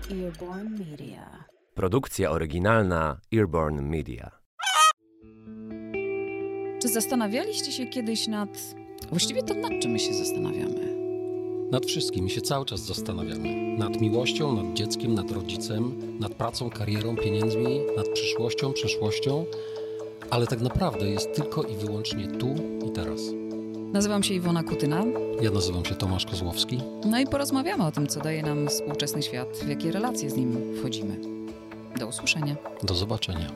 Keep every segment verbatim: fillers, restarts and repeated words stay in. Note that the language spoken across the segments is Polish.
Earborn Media. Produkcja oryginalna Earborn Media. Czy zastanawialiście się kiedyś nad... Właściwie to nad czym my się zastanawiamy? Nad wszystkim się cały czas zastanawiamy. Nad miłością, nad dzieckiem, nad rodzicem, nad pracą, karierą, pieniędzmi, nad przyszłością, przeszłością, ale tak naprawdę jest tylko i wyłącznie tu i teraz. Nazywam się Iwona Kutyna. Ja nazywam się Tomasz Kozłowski. No i porozmawiamy o tym, co daje nam współczesny świat, w jakie relacje z nim wchodzimy. Do usłyszenia. Do zobaczenia.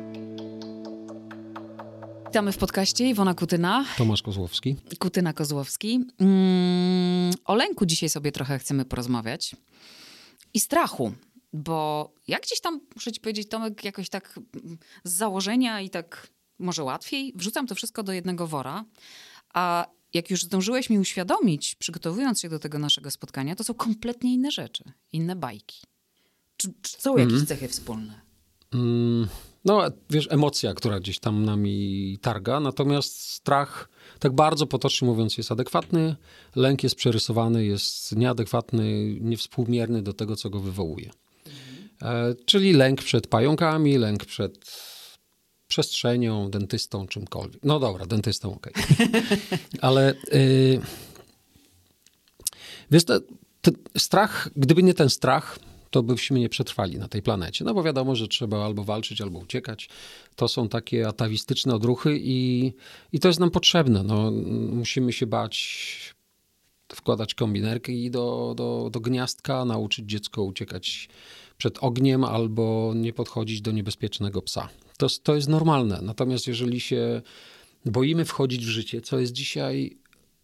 Witamy w podcaście Iwona Kutyna. Tomasz Kozłowski. Kutyna Kozłowski. Mm, o lęku dzisiaj sobie trochę chcemy porozmawiać. I strachu. Bo jak gdzieś tam, muszę ci powiedzieć, Tomek, jakoś tak z założenia i tak może łatwiej, wrzucam to wszystko do jednego wora. A jak już zdążyłeś mi uświadomić, przygotowując się do tego naszego spotkania, to są kompletnie inne rzeczy, inne bajki. Czy, czy są jakieś mm. cechy wspólne? Mm, no, wiesz, emocja, która gdzieś tam nami targa, natomiast strach, tak bardzo potocznie mówiąc, jest adekwatny, lęk jest przerysowany, jest nieadekwatny, niewspółmierny do tego, co go wywołuje. Mm. E, czyli lęk przed pająkami, lęk przed przestrzenią, dentystą, czymkolwiek. No dobra, dentystą, okej. Okay. Ale yy, wiesz, to, to strach, gdyby nie ten strach, to byśmy nie przetrwali na tej planecie. No bo wiadomo, że trzeba albo walczyć, albo uciekać. To są takie atawistyczne odruchy i, i to jest nam potrzebne. No, musimy się bać, wkładać kombinerki do, do, do gniazdka, nauczyć dziecko uciekać przed ogniem albo nie podchodzić do niebezpiecznego psa. To, to jest normalne. Natomiast jeżeli się boimy wchodzić w życie, co jest dzisiaj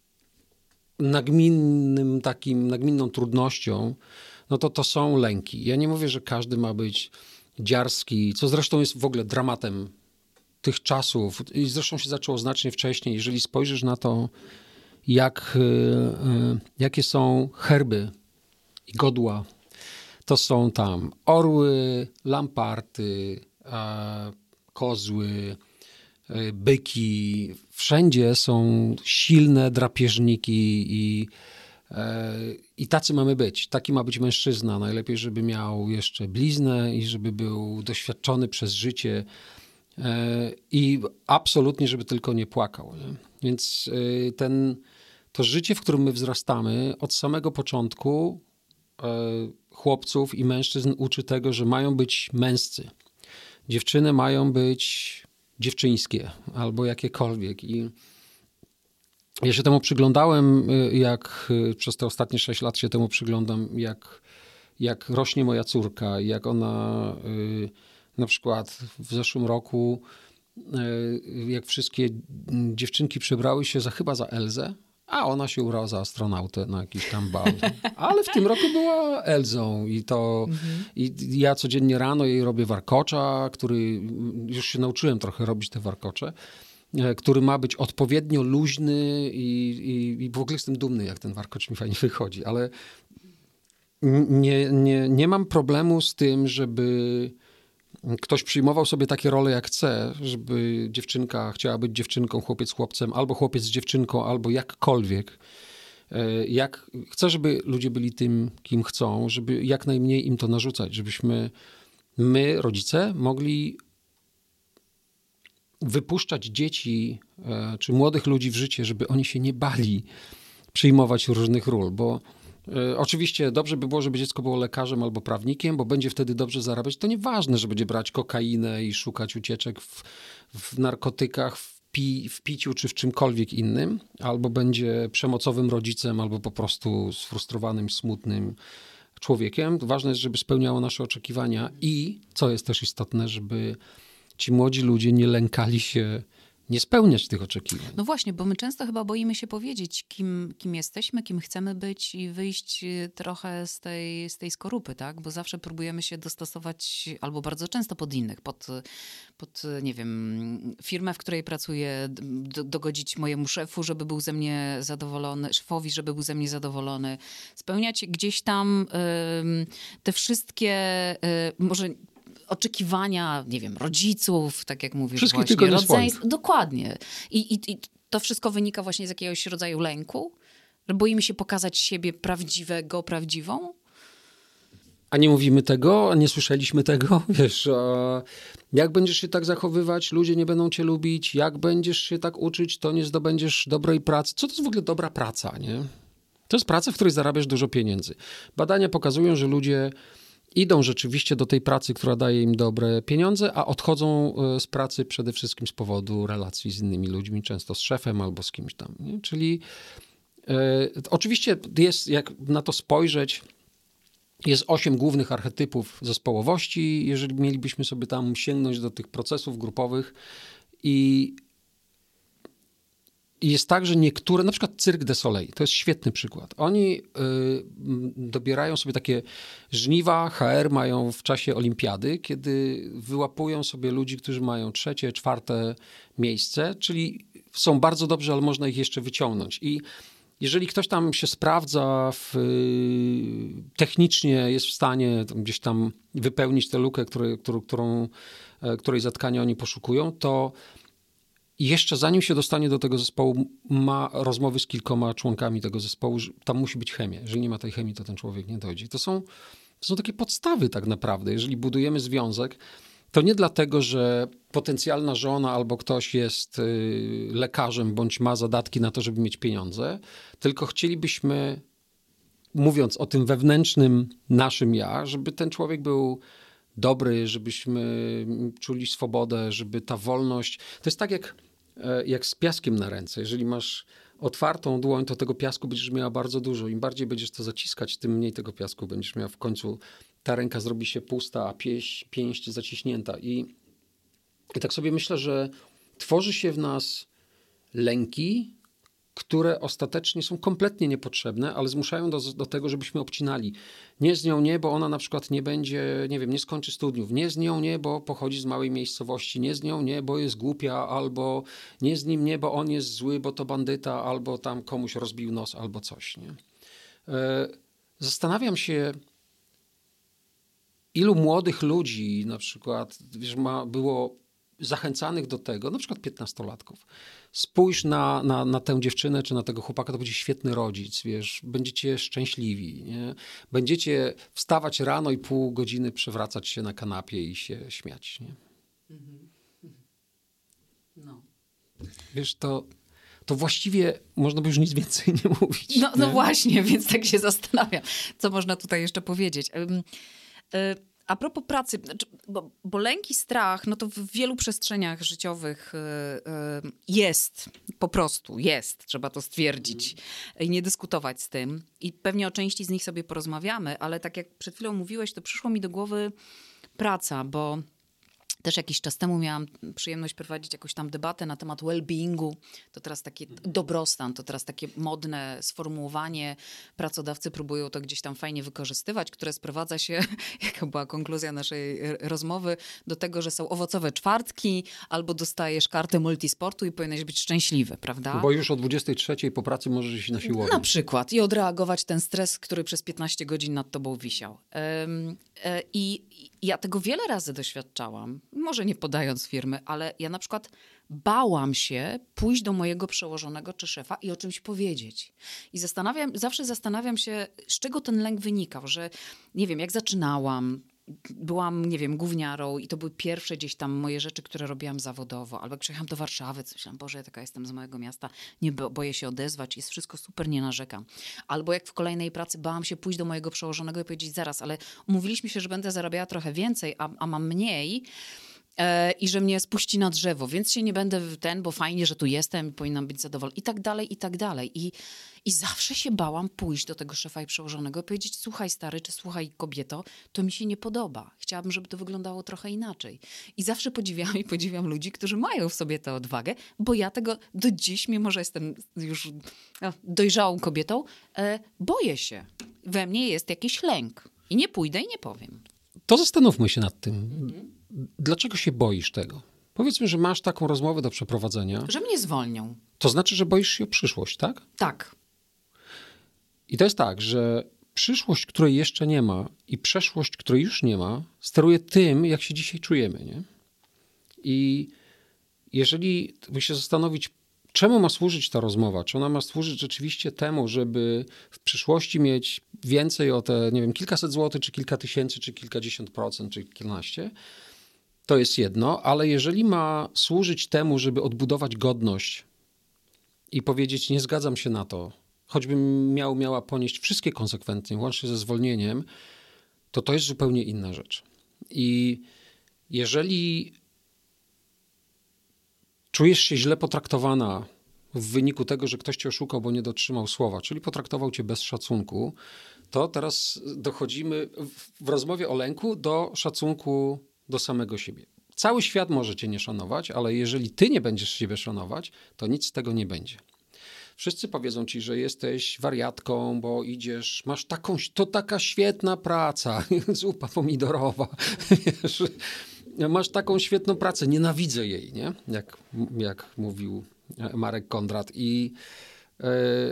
nagminnym takim, nagminną trudnością, no to to są lęki. Ja nie mówię, że każdy ma być dziarski, co zresztą jest w ogóle dramatem tych czasów i zresztą się zaczęło znacznie wcześniej. Jeżeli spojrzysz na to, jak, jakie są herby i godła, to są tam orły, lamparty, kozły, byki. Wszędzie są silne drapieżniki i, i tacy mamy być. Taki ma być mężczyzna. Najlepiej, żeby miał jeszcze bliznę i żeby był doświadczony przez życie i absolutnie, żeby tylko nie płakał. Nie? Więc ten, to życie, w którym my wzrastamy, od samego początku chłopców i mężczyzn uczy tego, że mają być męscy. Dziewczyny mają być dziewczyńskie albo jakiekolwiek. I ja się temu przyglądałem, jak przez te ostatnie sześć lat się temu przyglądam, jak, jak rośnie moja córka, jak ona na przykład w zeszłym roku, jak wszystkie dziewczynki przebrały się za, chyba za Elzę, a ona się ubrała za astronautę na jakiś tam bal. Ale w tym roku była Elzą i to mhm. i ja codziennie rano jej robię warkocza, który już się nauczyłem trochę robić te warkocze, który ma być odpowiednio luźny i, i, i w ogóle jestem dumny, jak ten warkocz mi fajnie wychodzi, ale nie, nie, nie mam problemu z tym, żeby ktoś przyjmował sobie takie role, jak chce, żeby dziewczynka chciała być dziewczynką, chłopiec chłopcem, albo chłopiec z dziewczynką, albo jakkolwiek. Jak chcę, żeby ludzie byli tym, kim chcą, żeby jak najmniej im to narzucać, żebyśmy my, rodzice, mogli wypuszczać dzieci czy młodych ludzi w życie, żeby oni się nie bali przyjmować różnych ról, bo oczywiście dobrze by było, żeby dziecko było lekarzem albo prawnikiem, bo będzie wtedy dobrze zarabiać. To nieważne, że będzie brać kokainę i szukać ucieczek w, w narkotykach, w, pi, w piciu czy w czymkolwiek innym, albo będzie przemocowym rodzicem, albo po prostu sfrustrowanym, smutnym człowiekiem. Ważne jest, żeby spełniało nasze oczekiwania i, co jest też istotne, żeby ci młodzi ludzie nie lękali się nie spełniać tych oczekiwań. No właśnie, bo my często chyba boimy się powiedzieć, kim, kim jesteśmy, kim chcemy być i wyjść trochę z tej, z tej skorupy, tak? Bo zawsze próbujemy się dostosować, albo bardzo często pod innych, pod, pod nie wiem, firmę, w której pracuję, do, dogodzić mojemu szefu, żeby był ze mnie zadowolony, szefowi, żeby był ze mnie zadowolony. Spełniać gdzieś tam y, te wszystkie, y, może oczekiwania, nie wiem, rodziców, tak jak mówisz Wszystkich właśnie. tylko nie rodzeństw, swoich. dokładnie. I, i, I to wszystko wynika właśnie z jakiegoś rodzaju lęku, że boimy się pokazać siebie prawdziwego, prawdziwą? A nie mówimy tego, a nie słyszeliśmy tego, wiesz, a jak będziesz się tak zachowywać, ludzie nie będą cię lubić, jak będziesz się tak uczyć, to nie zdobędziesz dobrej pracy. Co to jest w ogóle dobra praca, nie? To jest praca, w której zarabiasz dużo pieniędzy. Badania pokazują, że ludzie idą rzeczywiście do tej pracy, która daje im dobre pieniądze, a odchodzą z pracy przede wszystkim z powodu relacji z innymi ludźmi, często z szefem albo z kimś tam, nie? Czyli e, oczywiście jest, jak na to spojrzeć, jest osiem głównych archetypów zespołowości, jeżeli mielibyśmy sobie tam sięgnąć do tych procesów grupowych i, i jest tak, że niektóre, na przykład Cirque du Soleil, to jest świetny przykład. Oni y, dobierają sobie takie żniwa, H R mają w czasie olimpiady, kiedy wyłapują sobie ludzi, którzy mają trzecie, czwarte miejsce, czyli są bardzo dobrzy, ale można ich jeszcze wyciągnąć. I jeżeli ktoś tam się sprawdza, w, technicznie jest w stanie gdzieś tam wypełnić tę lukę, który, który, którą, której zatkania oni poszukują, to jeszcze zanim się dostanie do tego zespołu, ma rozmowy z kilkoma członkami tego zespołu, że tam musi być chemia. Jeżeli nie ma tej chemii, to ten człowiek nie dojdzie. To są, to są takie podstawy tak naprawdę. Jeżeli budujemy związek, to nie dlatego, że potencjalna żona albo ktoś jest y, lekarzem bądź ma zadatki na to, żeby mieć pieniądze, tylko chcielibyśmy, mówiąc o tym wewnętrznym naszym ja, żeby ten człowiek był dobry, żebyśmy czuli swobodę, żeby ta wolność... To jest tak jak, jak z piaskiem na ręce. Jeżeli masz otwartą dłoń, to tego piasku będziesz miała bardzo dużo. Im bardziej będziesz to zaciskać, tym mniej tego piasku będziesz miała w końcu. Ta ręka zrobi się pusta, a pięść, pięść zaciśnięta. I, I tak sobie myślę, że tworzy się w nas lęki, które ostatecznie są kompletnie niepotrzebne, ale zmuszają do, do tego, żebyśmy obcinali. Nie z nią nie, bo ona na przykład nie będzie, nie wiem, nie skończy studiów. Nie z nią nie, bo pochodzi z małej miejscowości. Nie z nią nie, bo jest głupia, albo nie z nim nie, bo on jest zły, bo to bandyta, albo tam komuś rozbił nos, albo coś. Nie? Zastanawiam się, ilu młodych ludzi na przykład wiesz, ma, było zachęcanych do tego, na przykład piętnastolatków. Spójrz na, na, na tę dziewczynę czy na tego chłopaka, to będzie świetny rodzic, wiesz, będziecie szczęśliwi, nie? Będziecie wstawać rano i pół godziny przewracać się na kanapie i się śmiać, nie? No. Wiesz, to, to właściwie można by już nic więcej nie mówić. No, nie? no właśnie, więc tak się zastanawiam, co można tutaj jeszcze powiedzieć. Ym, y A propos pracy, bo, bo lęk i strach, no to w wielu przestrzeniach życiowych jest, po prostu jest, trzeba to stwierdzić i nie dyskutować z tym. I pewnie o części z nich sobie porozmawiamy, ale tak jak przed chwilą mówiłeś, to przyszło mi do głowy praca, bo też jakiś czas temu miałam przyjemność prowadzić jakąś tam debatę na temat well-beingu. To teraz takie dobrostan, to teraz takie modne sformułowanie. Pracodawcy próbują to gdzieś tam fajnie wykorzystywać, które sprowadza się, jaka była konkluzja naszej rozmowy, do tego, że są owocowe czwartki, albo dostajesz kartę multisportu i powinieneś być szczęśliwy, prawda? Bo już o dwudziestej trzeciej po pracy możesz iść na siłownię. Na przykład. I odreagować ten stres, który przez piętnaście godzin nad tobą wisiał. Um, I ja tego wiele razy doświadczałam. Może nie podając firmy, ale ja na przykład bałam się pójść do mojego przełożonego czy szefa i o czymś powiedzieć. I zastanawiam, zawsze zastanawiam się, z czego ten lęk wynikał, że nie wiem, jak zaczynałam, byłam, nie wiem, gówniarą i to były pierwsze gdzieś tam moje rzeczy, które robiłam zawodowo. Albo jak przyjechałam do Warszawy, to myślałam, Boże, ja taka jestem z małego miasta, nie bo, boję się odezwać, jest wszystko super, nie narzekam. Albo jak w kolejnej pracy bałam się pójść do mojego przełożonego i powiedzieć, zaraz, ale umówiliśmy się, że będę zarabiała trochę więcej, a, a mam mniej, i że mnie spuści na drzewo, więc się nie będę ten, bo fajnie, że tu jestem i powinnam być zadowolona. I tak dalej, i tak dalej. I, I zawsze się bałam pójść do tego szefa i przełożonego i powiedzieć, słuchaj stary, czy słuchaj kobieto, to mi się nie podoba. Chciałabym, żeby to wyglądało trochę inaczej. I zawsze podziwiam i podziwiam ludzi, którzy mają w sobie tę odwagę, bo ja tego do dziś, mimo że jestem już no, dojrzałą kobietą, e, boję się. We mnie jest jakiś lęk. I nie pójdę i nie powiem. To zastanówmy się nad tym. Mhm. Dlaczego się boisz tego? Powiedzmy, że masz taką rozmowę do przeprowadzenia. Że mnie zwolnią. To znaczy, że boisz się o przyszłość, tak? Tak. I to jest tak, że przyszłość, której jeszcze nie ma i przeszłość, której już nie ma, steruje tym, jak się dzisiaj czujemy, nie? I jeżeli by się zastanowić, czemu ma służyć ta rozmowa? Czy ona ma służyć rzeczywiście temu, żeby w przyszłości mieć więcej o te, nie wiem, kilkaset złotych, czy kilka tysięcy, czy kilkadziesiąt procent, czy kilkanaście? To jest jedno, ale jeżeli ma służyć temu, żeby odbudować godność i powiedzieć, nie zgadzam się na to, choćbym miał, miała ponieść wszystkie konsekwencje, łącznie ze zwolnieniem, to to jest zupełnie inna rzecz. I jeżeli czujesz się źle potraktowana w wyniku tego, że ktoś cię oszukał, bo nie dotrzymał słowa, czyli potraktował cię bez szacunku, to teraz dochodzimy w rozmowie o lęku do szacunku do samego siebie. Cały świat może cię nie szanować, ale jeżeli ty nie będziesz siebie szanować, to nic z tego nie będzie. Wszyscy powiedzą ci, że jesteś wariatką, bo idziesz, masz taką, to taka świetna praca, zupa pomidorowa, wiesz, masz taką świetną pracę, nienawidzę jej, nie? Jak, jak mówił Marek Kondrat. I, yy,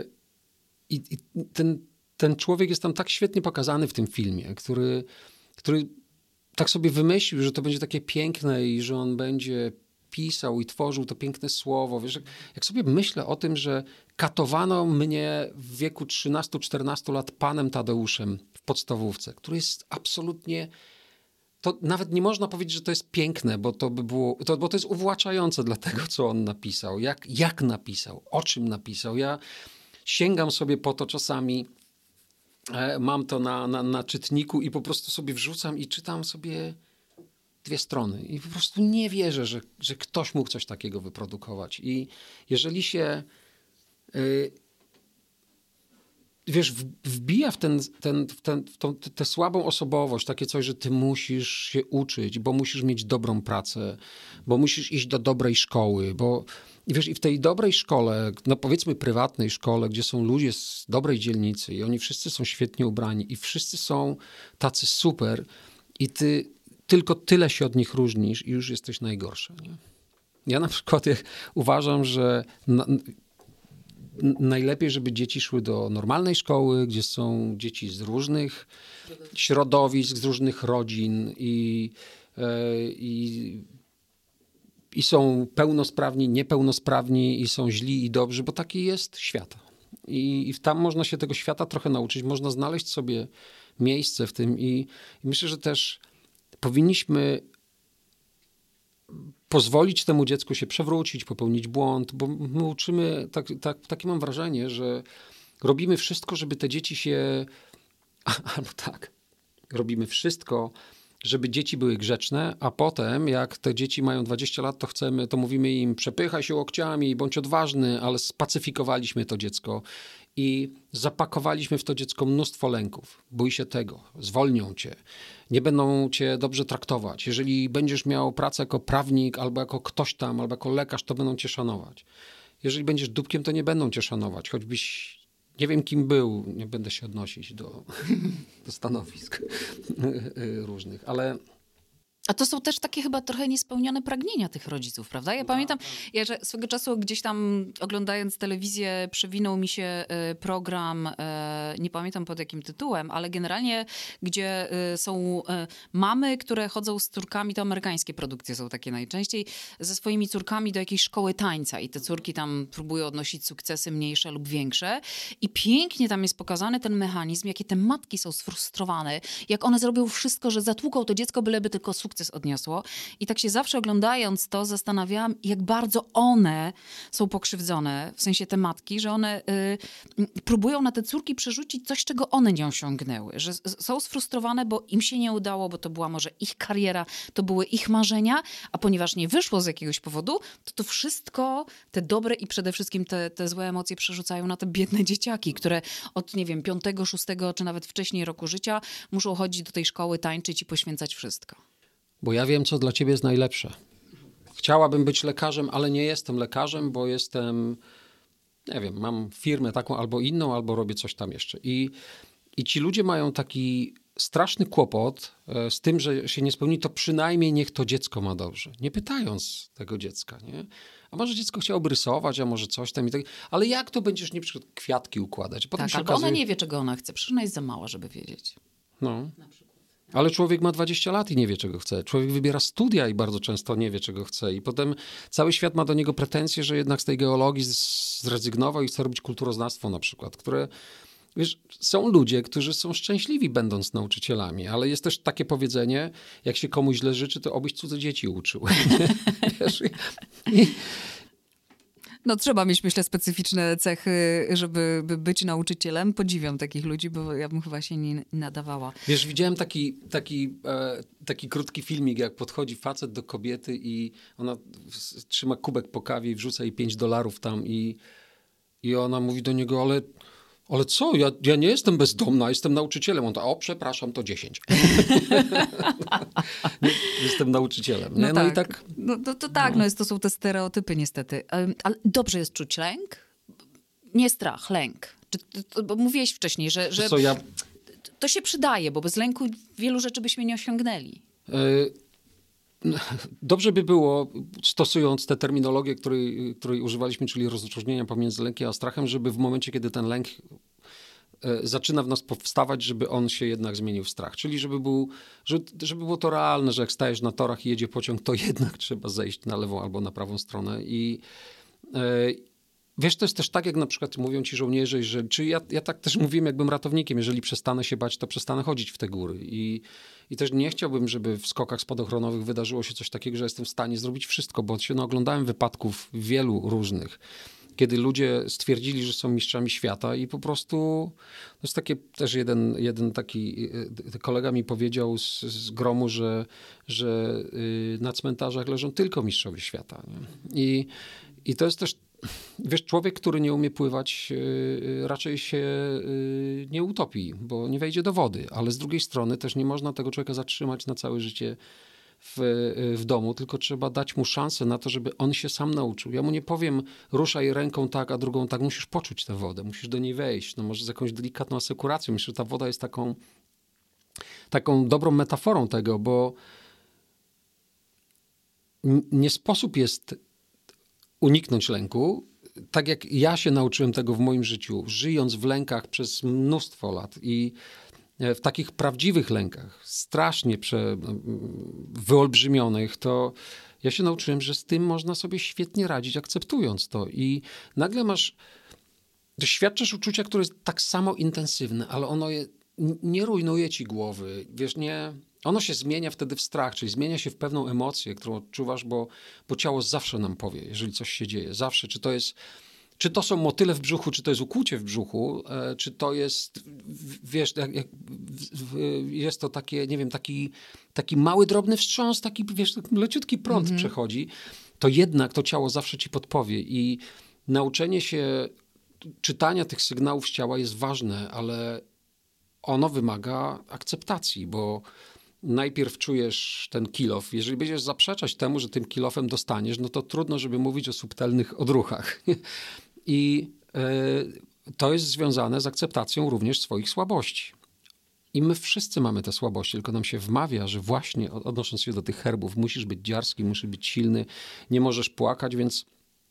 i ten, ten człowiek jest tam tak świetnie pokazany w tym filmie, który, który tak sobie wymyślił, że to będzie takie piękne i że on będzie pisał i tworzył to piękne słowo. Wiesz, jak, jak sobie myślę o tym, że katowano mnie w wieku trzynastu czternastu lat panem Tadeuszem w podstawówce, który jest absolutnie... To nawet nie można powiedzieć, że to jest piękne, bo to by było, to, bo to jest uwłaczające dla tego, co on napisał, jak, jak napisał, o czym napisał. Ja sięgam sobie po to czasami, e, mam to na, na, na czytniku i po prostu sobie wrzucam i czytam sobie dwie strony i po prostu nie wierzę, że, że ktoś mógł coś takiego wyprodukować. I jeżeli się y, wiesz, wbija w, ten, ten, w, ten, w tą, tę słabą osobowość, takie coś, że ty musisz się uczyć, bo musisz mieć dobrą pracę, bo musisz iść do dobrej szkoły, bo i wiesz, i w tej dobrej szkole, no powiedzmy prywatnej szkole, gdzie są ludzie z dobrej dzielnicy i oni wszyscy są świetnie ubrani i wszyscy są tacy super i ty tylko tyle się od nich różnisz i już jesteś najgorsza. Nie? Ja na przykład jak uważam, że na, najlepiej, żeby dzieci szły do normalnej szkoły, gdzie są dzieci z różnych środowisk, z różnych rodzin i, i, i są pełnosprawni, niepełnosprawni i są źli i dobrzy, bo taki jest świat. I, i tam można się tego świata trochę nauczyć, można znaleźć sobie miejsce w tym i, i myślę, że też powinniśmy pozwolić temu dziecku się przewrócić, popełnić błąd, bo my uczymy, tak, tak, takie mam wrażenie, że robimy wszystko, żeby te dzieci się, albo tak, robimy wszystko, żeby dzieci były grzeczne, a potem jak te dzieci mają dwadzieścia lat, to chcemy, to mówimy im przepychaj się łokciami, bądź odważny, ale spacyfikowaliśmy to dziecko i zapakowaliśmy w to dziecko mnóstwo lęków. Bój się tego, zwolnią cię, nie będą cię dobrze traktować. Jeżeli będziesz miał pracę jako prawnik, albo jako ktoś tam, albo jako lekarz, to będą cię szanować. Jeżeli będziesz dupkiem, to nie będą cię szanować, choćbyś nie wiem kim był, nie będę się odnosić do, do stanowisk różnych, ale... A to są też takie chyba trochę niespełnione pragnienia tych rodziców, prawda? Ja pamiętam, ja, że swego czasu gdzieś tam oglądając telewizję przewinął mi się program, nie pamiętam pod jakim tytułem, ale generalnie gdzie są mamy, które chodzą z córkami, to amerykańskie produkcje są takie najczęściej, ze swoimi córkami do jakiejś szkoły tańca i te córki tam próbują odnosić sukcesy mniejsze lub większe i pięknie tam jest pokazany ten mechanizm, jakie te matki są sfrustrowane, jak one zrobią wszystko, że zatłuką to dziecko, byleby tylko sukces odniosło. I tak się zawsze oglądając to zastanawiałam, jak bardzo one są pokrzywdzone, w sensie te matki, że one y, próbują na te córki przerzucić coś, czego one nie osiągnęły. Że są sfrustrowane, bo im się nie udało, bo to była może ich kariera, to były ich marzenia, a ponieważ nie wyszło z jakiegoś powodu, to to wszystko, te dobre i przede wszystkim te, te złe emocje przerzucają na te biedne dzieciaki, które od, nie wiem, piątego, szóstego, czy nawet wcześniej roku życia muszą chodzić do tej szkoły, tańczyć i poświęcać wszystko. Bo ja wiem, co dla ciebie jest najlepsze. Chciałabym być lekarzem, ale nie jestem lekarzem, bo jestem, nie wiem, mam firmę taką albo inną, albo robię coś tam jeszcze. I, i ci ludzie mają taki straszny kłopot z tym, że się nie spełni, to przynajmniej niech to dziecko ma dobrze. Nie pytając tego dziecka, nie? A może dziecko chciałoby rysować, a może coś tam i tak. Ale jak to będziesz, nie przykład kwiatki układać? Potem tak, się albo okazuje... ona nie wie, czego ona chce. Przecież ona jest za mała, żeby wiedzieć. No. Na przykład. Ale człowiek ma dwadzieścia lat i nie wie, czego chce. Człowiek wybiera studia i bardzo często nie wie, czego chce. I potem cały świat ma do niego pretensje, że jednak z tej geologii zrezygnował i chce robić kulturoznawstwo na przykład, które... Wiesz, są ludzie, którzy są szczęśliwi będąc nauczycielami, ale jest też takie powiedzenie, jak się komuś źle życzy, to obyś cudze dzieci uczył. Wiesz, i, No trzeba mieć, myślę, specyficzne cechy, żeby by być nauczycielem. Podziwiam takich ludzi, bo ja bym chyba się nie nadawała. Wiesz, widziałem taki, taki, e, taki krótki filmik, jak podchodzi facet do kobiety i ona w, trzyma kubek po kawie i wrzuca jej pięć dolarów tam i, i ona mówi do niego, ale, ale co, ja, ja nie jestem bezdomna, jestem nauczycielem. On to, o przepraszam, to dziesięć. Jestem nauczycielem. Nie? No, No, tak. i tak... No to, to tak, no jest, to są te stereotypy niestety. Ym, Ale dobrze jest czuć lęk? Nie strach, lęk. Czy, to, bo mówiłeś wcześniej, że, że Co ja... to się przydaje, bo bez lęku wielu rzeczy byśmy nie osiągnęli. Dobrze by było, stosując tę terminologię, której, której używaliśmy, czyli rozróżnienia pomiędzy lękiem a strachem, żeby w momencie, kiedy ten lęk zaczyna w nas powstawać, żeby on się jednak zmienił w strach. Czyli żeby, był, żeby, żeby było to realne, że jak stajesz na torach i jedzie pociąg, to jednak trzeba zejść na lewą albo na prawą stronę. I wiesz, to jest też tak, jak na przykład mówią ci żołnierze, że, czy ja, ja tak też mówiłem, jakbym ratownikiem, jeżeli przestanę się bać, to przestanę chodzić w te góry. I, i też nie chciałbym, żeby w skokach spadochronowych wydarzyło się coś takiego, że jestem w stanie zrobić wszystko, bo się no, oglądałem wypadków wielu różnych, kiedy ludzie stwierdzili, że są mistrzami świata i po prostu, to jest takie też jeden, jeden taki kolega mi powiedział z, z gromu, że, że na cmentarzach leżą tylko mistrzowie świata. Nie? I, i to jest też, wiesz, człowiek, który nie umie pływać, yy, raczej się yy, nie utopi, bo nie wejdzie do wody, ale z drugiej strony też nie można tego człowieka zatrzymać na całe życie w, yy, w domu, tylko trzeba dać mu szansę na to, żeby on się sam nauczył. Ja mu nie powiem, ruszaj ręką tak, a drugą tak, musisz poczuć tę wodę, musisz do niej wejść, no może z jakąś delikatną asekuracją. Myślę, że ta woda jest taką, taką dobrą metaforą tego, bo nie sposób jest uniknąć lęku, tak jak ja się nauczyłem tego w moim życiu, żyjąc w lękach przez mnóstwo lat i w takich prawdziwych lękach, strasznie prze, wyolbrzymionych, to ja się nauczyłem, że z tym można sobie świetnie radzić, akceptując to. I nagle masz, doświadczasz uczucia, które jest tak samo intensywne, ale ono je, nie rujnuje ci głowy, wiesz, nie... Ono się zmienia wtedy w strach, czyli zmienia się w pewną emocję, którą odczuwasz, bo, bo ciało zawsze nam powie, jeżeli coś się dzieje. Zawsze, czy to jest, czy to są motyle w brzuchu, czy to jest ukłucie w brzuchu, e, czy to jest, wiesz, jak, jak, jest to takie, nie wiem, taki, taki mały, drobny wstrząs, taki, wiesz, leciutki prąd mm-hmm. przechodzi, to jednak to ciało zawsze ci podpowie i nauczenie się czytania tych sygnałów z ciała jest ważne, ale ono wymaga akceptacji, bo najpierw czujesz ten kilof. Jeżeli będziesz zaprzeczać temu, że tym kilofem dostaniesz, no to trudno, żeby mówić o subtelnych odruchach. I y, to jest związane z akceptacją również swoich słabości. I my wszyscy mamy te słabości, tylko nam się wmawia, że właśnie odnosząc się do tych herbów, musisz być dziarski, musisz być silny, nie możesz płakać, więc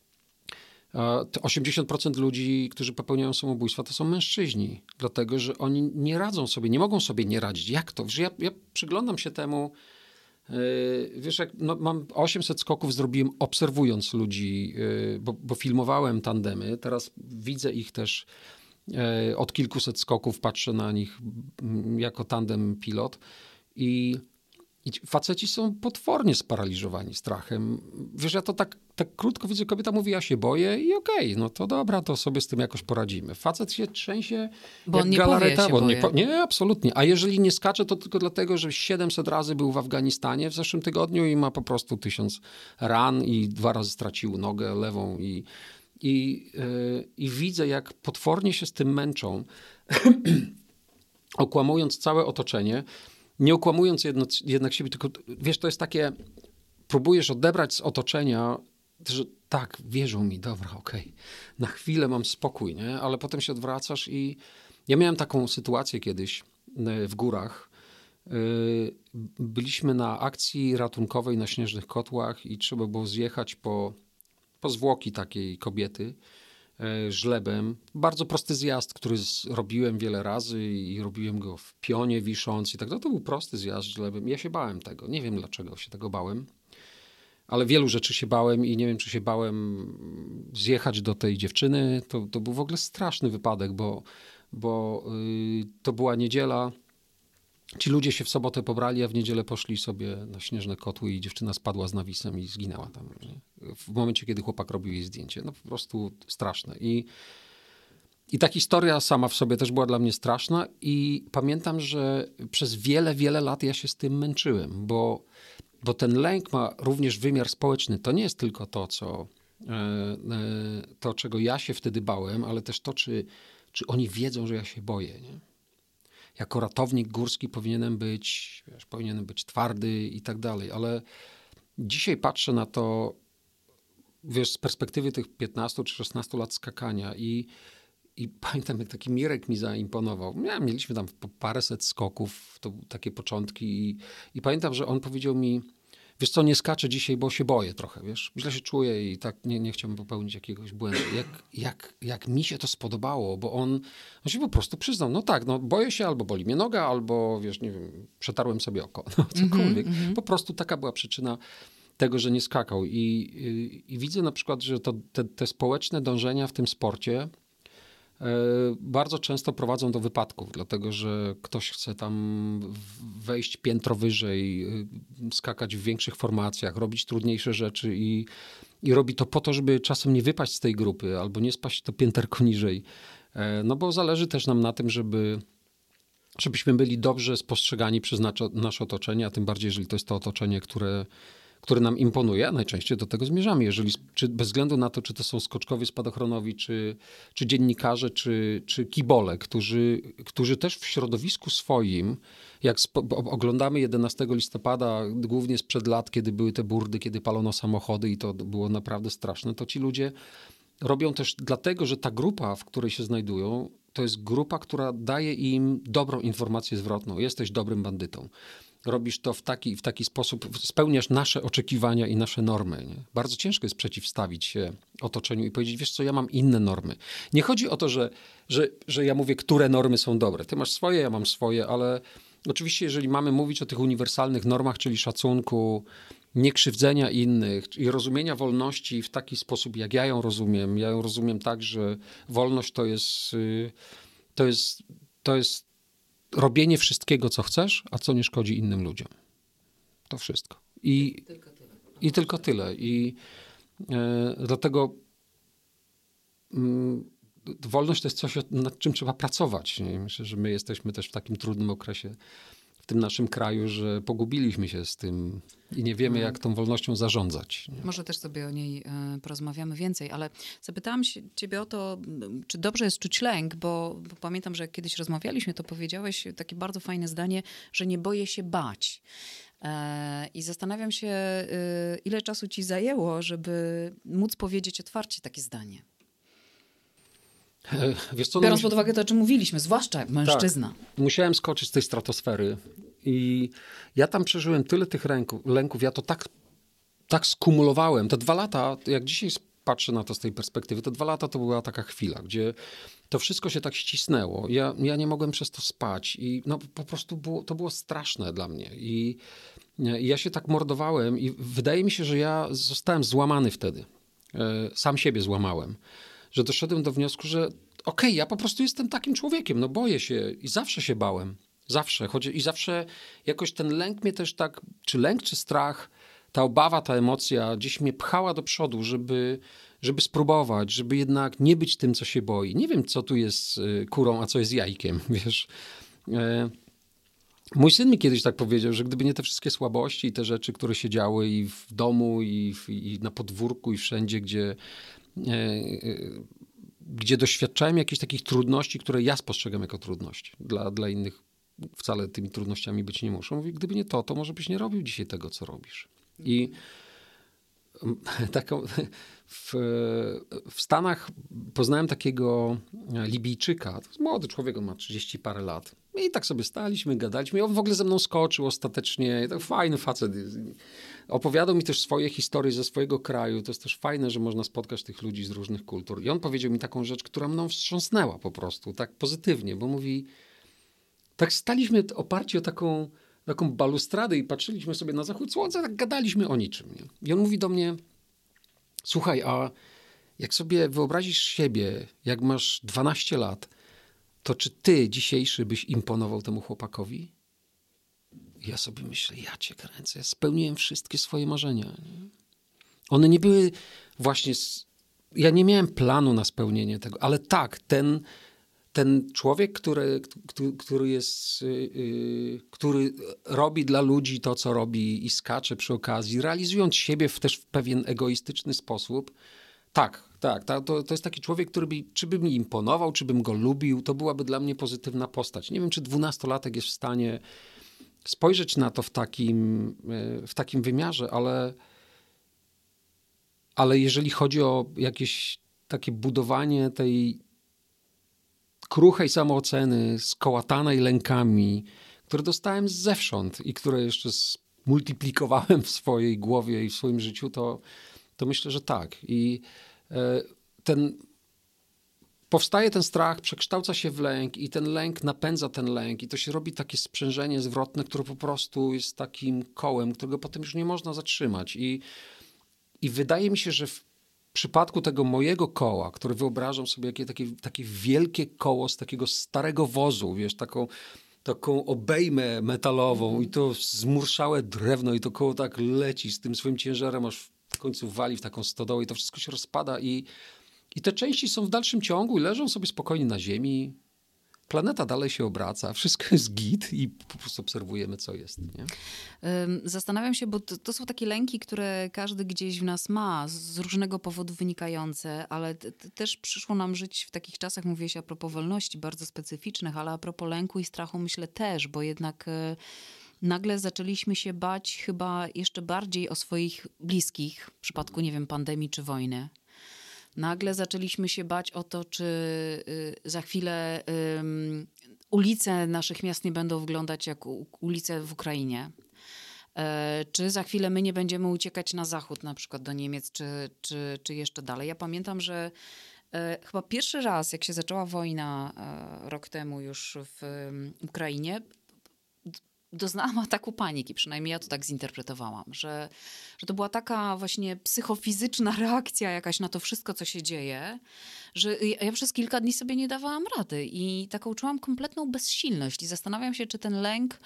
osiemdziesiąt procent ludzi, którzy popełniają samobójstwa, to są mężczyźni, dlatego, że oni nie radzą sobie, nie mogą sobie nie radzić. Jak to? Wiesz, ja, ja przyglądam się temu, yy, wiesz, jak no, mam osiemset skoków zrobiłem obserwując ludzi, yy, bo, bo filmowałem tandemy, teraz widzę ich też yy, od kilkuset skoków, patrzę na nich yy, jako tandem pilot i I faceci są potwornie sparaliżowani strachem. Wiesz, ja to tak, tak krótko widzę, kobieta mówi, ja się boję i okej, okay, no to dobra, to sobie z tym jakoś poradzimy. Facet się trzęsie bo jak on nie galareta. Powie, bo on boję. nie, po, nie, absolutnie. A jeżeli nie skacze, to tylko dlatego, że siedemset razy był w Afganistanie w zeszłym tygodniu i ma po prostu tysiąc ran i dwa razy stracił nogę lewą i, i, yy, i widzę, jak potwornie się z tym męczą, okłamując całe otoczenie, nie okłamując jedno, jednak siebie, tylko wiesz, to jest takie, próbujesz odebrać z otoczenia, że tak, wierzą mi, dobra, okej, okay. Na chwilę mam spokój, nie? Ale potem się odwracasz i ja miałem taką sytuację kiedyś w górach. Byliśmy na akcji ratunkowej na Śnieżnych Kotłach i trzeba było zjechać po, po zwłoki takiej kobiety żlebem. Bardzo prosty zjazd, który z, robiłem wiele razy i robiłem go w pionie wisząc i tak dalej. To był prosty zjazd żlebem. Ja się bałem tego. Nie wiem, dlaczego się tego bałem. Ale wielu rzeczy się bałem i nie wiem, czy się bałem zjechać do tej dziewczyny. To, to był w ogóle straszny wypadek, bo, bo yy, to była niedziela. Ci ludzie się w sobotę pobrali, a w niedzielę poszli sobie na śnieżne kotły i dziewczyna spadła z nawisem i zginęła tam. Nie? W momencie, kiedy chłopak robił jej zdjęcie. No po prostu straszne. I, I ta historia sama w sobie też była dla mnie straszna i pamiętam, że przez wiele, wiele lat ja się z tym męczyłem, bo Bo ten lęk ma również wymiar społeczny. To nie jest tylko to, co, to czego ja się wtedy bałem, ale też to, czy, czy oni wiedzą, że ja się boję. Nie? Jako ratownik górski powinienem być, wiesz, powinienem być twardy i tak dalej, ale dzisiaj patrzę na to, wiesz, z perspektywy tych piętnastu czy szesnastu lat skakania i I pamiętam, jak taki Mirek mi zaimponował. Ja, mieliśmy tam paręset skoków, to takie początki i, i pamiętam, że on powiedział mi, wiesz co, nie skaczę dzisiaj, bo się boję trochę, wiesz, źle się czuję i tak nie, nie chciałbym popełnić jakiegoś błędu. Jak, jak, jak mi się to spodobało, bo on, on się po prostu przyznał, no tak, no boję się, albo boli mnie noga, albo wiesz, nie wiem, przetarłem sobie oko, no cokolwiek. Mm-hmm. Po prostu taka była przyczyna tego, że nie skakał. I, i, i widzę na przykład, że to, te, te społeczne dążenia w tym sporcie bardzo często prowadzą do wypadków, dlatego że ktoś chce tam wejść piętro wyżej, skakać w większych formacjach, robić trudniejsze rzeczy i, i robi to po to, żeby czasem nie wypaść z tej grupy albo nie spaść to pięterko niżej. No bo zależy też nam na tym, żeby, żebyśmy byli dobrze spostrzegani przez nasze otoczenie, a tym bardziej, jeżeli to jest to otoczenie, które które nam imponuje, a najczęściej do tego zmierzamy. Jeżeli, czy bez względu na to, czy to są skoczkowie spadochronowi, czy, czy dziennikarze, czy, czy kibole, którzy, którzy też w środowisku swoim, jak spo, oglądamy jedenastego listopada, głównie sprzed lat, kiedy były te burdy, kiedy palono samochody i to było naprawdę straszne, to ci ludzie robią też dlatego, że ta grupa, w której się znajdują, to jest grupa, która daje im dobrą informację zwrotną. Jesteś dobrym bandytą. Robisz to w taki, w taki sposób, spełniasz nasze oczekiwania i nasze normy. Nie? Bardzo ciężko jest przeciwstawić się otoczeniu i powiedzieć, wiesz co, ja mam inne normy. Nie chodzi o to, że, że, że ja mówię, które normy są dobre. Ty masz swoje, ja mam swoje, ale oczywiście jeżeli mamy mówić o tych uniwersalnych normach, czyli szacunku, niekrzywdzenia innych i rozumienia wolności w taki sposób, jak ja ją rozumiem. Ja ją rozumiem tak, że wolność to jest, to jest, to jest robienie wszystkiego, co chcesz, a co nie szkodzi innym ludziom. To wszystko. I tylko tyle. I, tylko tyle. I e, dlatego mm, wolność to jest coś, nad czym trzeba pracować. Nie? Myślę, że my jesteśmy też w takim trudnym okresie w tym naszym kraju, że pogubiliśmy się z tym i nie wiemy, jak tą wolnością zarządzać. Nie? Może też sobie o niej e, porozmawiamy więcej, ale zapytałam się ciebie o to, czy dobrze jest czuć lęk, bo, bo pamiętam, że jak kiedyś rozmawialiśmy, to powiedziałeś takie bardzo fajne zdanie, że nie boję się bać. E, I zastanawiam się, e, ile czasu ci zajęło, żeby móc powiedzieć otwarcie takie zdanie. Wiesz co, Biorąc no, pod uwagę to, o czym mówiliśmy, zwłaszcza mężczyzna. Tak, musiałem skoczyć z tej stratosfery i ja tam przeżyłem tyle tych lęków, lęków ja to tak, tak skumulowałem. Te dwa lata, jak dzisiaj patrzę na to z tej perspektywy, te dwa lata to była taka chwila, gdzie to wszystko się tak ścisnęło. Ja, ja nie mogłem przez to spać i no, po prostu było, to było straszne dla mnie. I, I ja się tak mordowałem i wydaje mi się, że ja zostałem złamany wtedy. Sam siebie złamałem. Że doszedłem do wniosku, że okej, okay, ja po prostu jestem takim człowiekiem, no boję się i zawsze się bałem. Zawsze. Chodzi, i zawsze jakoś ten lęk mnie też tak, czy lęk, czy strach, ta obawa, ta emocja gdzieś mnie pchała do przodu, żeby, żeby spróbować, żeby jednak nie być tym, co się boi. Nie wiem, co tu jest kurą, a co jest jajkiem, wiesz. Mój syn mi kiedyś tak powiedział, że gdyby nie te wszystkie słabości i te rzeczy, które się działy i w domu, i, w, i na podwórku, i wszędzie, gdzie gdzie doświadczałem jakichś takich trudności, które ja spostrzegam jako trudności. Dla, dla innych wcale tymi trudnościami być nie muszą. Mówi, gdyby nie to, to może byś nie robił dzisiaj tego, co robisz. I taką, w, w Stanach poznałem takiego Libijczyka. To jest młody człowiek, on ma trzydzieści parę lat. I tak sobie staliśmy, gadaliśmy. I on w ogóle ze mną skoczył ostatecznie. To fajny facet. Opowiadał mi też swoje historie ze swojego kraju. To jest też fajne, że można spotkać tych ludzi z różnych kultur. I on powiedział mi taką rzecz, która mną wstrząsnęła po prostu, tak pozytywnie, bo mówi, tak staliśmy oparci o taką, taką balustradę i patrzyliśmy sobie na zachód słońca, tak gadaliśmy o niczym. Nie? I on mówi do mnie, słuchaj, a jak sobie wyobrazisz siebie, jak masz dwanaście lat, to czy ty dzisiejszy byś imponował temu chłopakowi? I ja sobie myślę, ja cię kręcę, ja spełniłem wszystkie swoje marzenia. Nie? One nie były właśnie... Z... Ja nie miałem planu na spełnienie tego, ale tak, ten, ten człowiek, który, który jest, yy, który robi dla ludzi to, co robi i skacze przy okazji, realizując siebie w, też w pewien egoistyczny sposób, tak, tak, to, to jest taki człowiek, który by, czy by mi imponował, czy bym go lubił, to byłaby dla mnie pozytywna postać. Nie wiem, czy dwunastolatek jest w stanie spojrzeć na to w takim, w takim wymiarze, ale, ale jeżeli chodzi o jakieś takie budowanie tej kruchej samooceny, skołatanej lękami, które dostałem zewsząd i które jeszcze multiplikowałem w swojej głowie i w swoim życiu, to, to myślę, że tak. I ten, powstaje ten strach, przekształca się w lęk i ten lęk napędza ten lęk i to się robi takie sprzężenie zwrotne, które po prostu jest takim kołem, którego potem już nie można zatrzymać. I, i wydaje mi się, że w przypadku tego mojego koła, które wyobrażam sobie jakie takie, takie wielkie koło z takiego starego wozu, wiesz, taką, taką obejmę metalową i to zmurszałe drewno i to koło tak leci z tym swoim ciężarem, aż w końcu wali w taką stodołę i to wszystko się rozpada i, i te części są w dalszym ciągu i leżą sobie spokojnie na ziemi. Planeta dalej się obraca, wszystko jest git i po prostu obserwujemy, co jest. Nie? Zastanawiam się, bo to, to są takie lęki, które każdy gdzieś w nas ma, z różnego powodu wynikające, ale t- t- też przyszło nam żyć w takich czasach, mówię się a propos wolności, bardzo specyficznych, ale a propos lęku i strachu myślę też, bo jednak nagle zaczęliśmy się bać chyba jeszcze bardziej o swoich bliskich, w przypadku, nie wiem, pandemii czy wojny. Nagle zaczęliśmy się bać o to, czy y, za chwilę y, ulice naszych miast nie będą wyglądać jak u, ulice w Ukrainie. E, czy za chwilę my nie będziemy uciekać na zachód, na przykład do Niemiec, czy, czy, czy jeszcze dalej. Ja pamiętam, że e, chyba pierwszy raz, jak się zaczęła wojna e, rok temu już w y, Ukrainie, doznałam ataku paniki, przynajmniej ja to tak zinterpretowałam, że, że to była taka właśnie psychofizyczna reakcja jakaś na to wszystko, co się dzieje, że ja przez kilka dni sobie nie dawałam rady i taką czułam kompletną bezsilność i zastanawiam się, czy ten lęk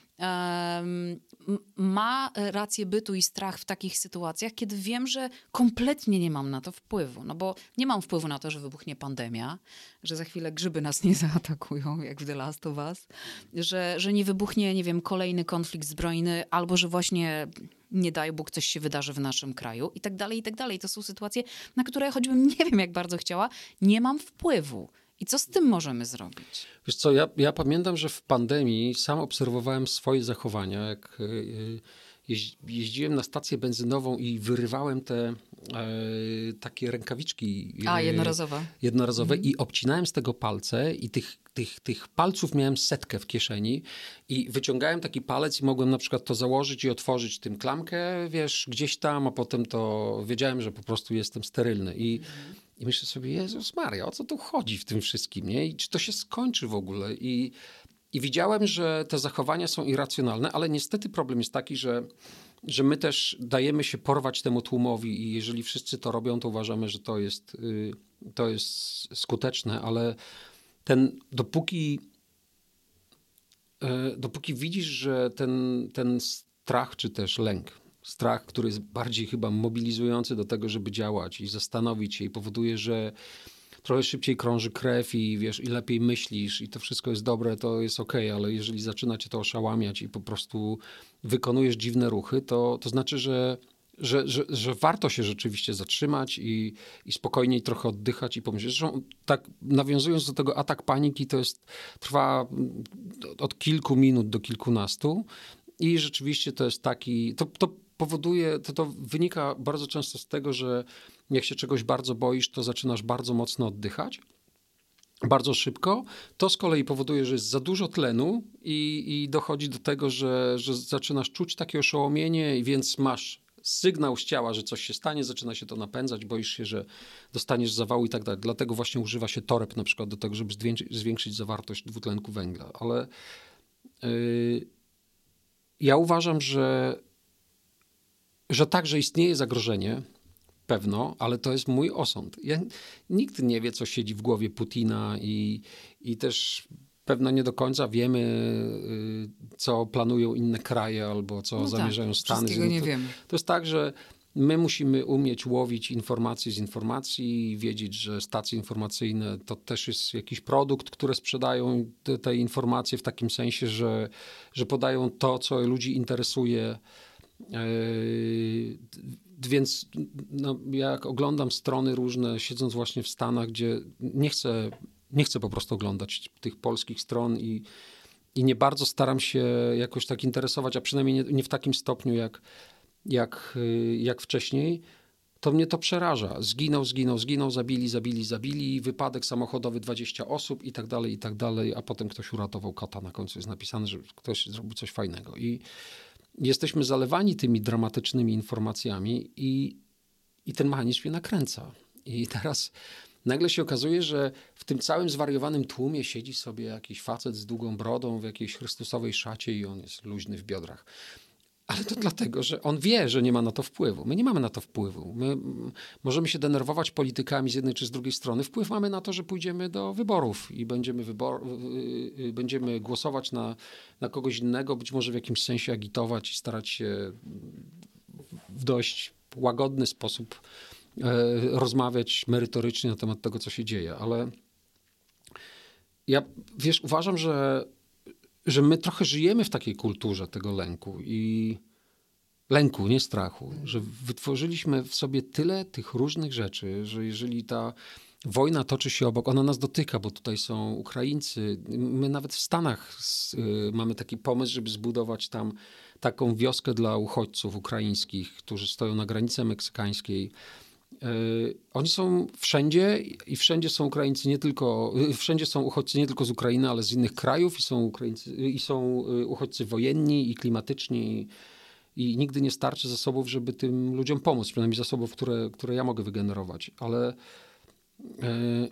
um, ma rację bytu i strach w takich sytuacjach, kiedy wiem, że kompletnie nie mam na to wpływu. No bo nie mam wpływu na to, że wybuchnie pandemia, że za chwilę grzyby nas nie zaatakują, jak w The Last of Us, że, że nie wybuchnie, nie wiem, kolejny konflikt zbrojny, albo że właśnie, nie daj Bóg, coś się wydarzy w naszym kraju i tak dalej, i tak dalej. To są sytuacje, na które choćbym nie wiem, jak bardzo chciała, nie mam wpływu. I co z tym możemy zrobić? Wiesz co, ja, ja pamiętam, że w pandemii sam obserwowałem swoje zachowania, jak jeździłem na stację benzynową i wyrywałem te e, takie rękawiczki. A, jednorazowe. Jednorazowe Mhm. i obcinałem z tego palce i tych, tych, tych palców miałem setkę w kieszeni i wyciągałem taki palec i mogłem na przykład to założyć i otworzyć tym klamkę, wiesz, gdzieś tam, a potem to wiedziałem, że po prostu jestem sterylny. I, mhm. i myślę sobie, Jezus Maria, o co tu chodzi w tym wszystkim, nie? I czy to się skończy w ogóle? I I widziałem, że te zachowania są irracjonalne, ale niestety problem jest taki, że, że my też dajemy się porwać temu tłumowi i jeżeli wszyscy to robią, to uważamy, że to jest, to jest skuteczne, ale ten, dopóki, dopóki widzisz, że ten, ten strach czy też lęk, strach, który jest bardziej chyba mobilizujący do tego, żeby działać i zastanowić się i powoduje, że trochę szybciej krąży krew i wiesz, i lepiej myślisz i to wszystko jest dobre, to jest okej, ale jeżeli zaczyna cię to oszałamiać i po prostu wykonujesz dziwne ruchy, to, to znaczy, że, że, że, że warto się rzeczywiście zatrzymać i, i spokojniej trochę oddychać i pomyśleć. Zresztą tak nawiązując do tego, atak paniki to jest, trwa od kilku minut do kilkunastu i rzeczywiście to jest taki, to, to powoduje, to, to wynika bardzo często z tego, że jak się czegoś bardzo boisz, to zaczynasz bardzo mocno oddychać, bardzo szybko. To z kolei powoduje, że jest za dużo tlenu i, i dochodzi do tego, że, że zaczynasz czuć takie oszołomienie, i więc masz sygnał z ciała, że coś się stanie, zaczyna się to napędzać, boisz się, że dostaniesz zawału i tak dalej. Dlatego właśnie używa się toreb na przykład do tego, żeby zwiększyć zawartość dwutlenku węgla. Ale yy, ja uważam, że, że także istnieje zagrożenie, pewno, ale to jest mój osąd. Ja, nikt nie wie, co siedzi w głowie Putina i, i też pewno nie do końca wiemy, y, co planują inne kraje albo co No zamierzają tak, Stany. wszystkiego nie to, wiemy. To jest tak, że my musimy umieć łowić informacje z informacji i wiedzieć, że stacje informacyjne to też jest jakiś produkt, które sprzedają te, te informacje w takim sensie, że, że podają to, co ludzi interesuje. Yy, więc no, jak oglądam strony różne, siedząc właśnie w Stanach, gdzie nie chcę, nie chcę po prostu oglądać tych polskich stron i, i nie bardzo staram się jakoś tak interesować, a przynajmniej nie, nie w takim stopniu jak, jak, jak wcześniej, to mnie to przeraża. Zginął, zginął, zginął, zabili, zabili, zabili, wypadek samochodowy dwadzieścia osób i tak dalej, i tak dalej, a potem ktoś uratował kota. Na końcu jest napisane, że ktoś zrobił coś fajnego. I jesteśmy zalewani tymi dramatycznymi informacjami i, i ten mechanizm się nakręca. I teraz nagle się okazuje, że w tym całym zwariowanym tłumie siedzi sobie jakiś facet z długą brodą w jakiejś chrystusowej szacie i on jest luźny w biodrach. Ale to dlatego, że on wie, że nie ma na to wpływu. My nie mamy na to wpływu. My możemy się denerwować politykami z jednej czy z drugiej strony. Wpływ mamy na to, że pójdziemy do wyborów i będziemy, wybor- będziemy głosować na, na kogoś innego, być może w jakimś sensie agitować i starać się w dość łagodny sposób e, rozmawiać merytorycznie na temat tego, co się dzieje. Ale ja, wiesz, uważam, że że my trochę żyjemy w takiej kulturze tego lęku i lęku, nie strachu, że wytworzyliśmy w sobie tyle tych różnych rzeczy, że jeżeli ta wojna toczy się obok, ona nas dotyka, bo tutaj są Ukraińcy. My nawet w Stanach y, mamy taki pomysł, żeby zbudować tam taką wioskę dla uchodźców ukraińskich, którzy stoją na granicy meksykańskiej. Yy, oni są wszędzie i wszędzie są Ukraińcy nie tylko, wszędzie są uchodźcy nie tylko z Ukrainy, ale z innych krajów i są Ukraińcy, i są uchodźcy wojenni i klimatyczni i, i nigdy nie starczy zasobów, żeby tym ludziom pomóc, przynajmniej zasobów, które, które ja mogę wygenerować, ale yy,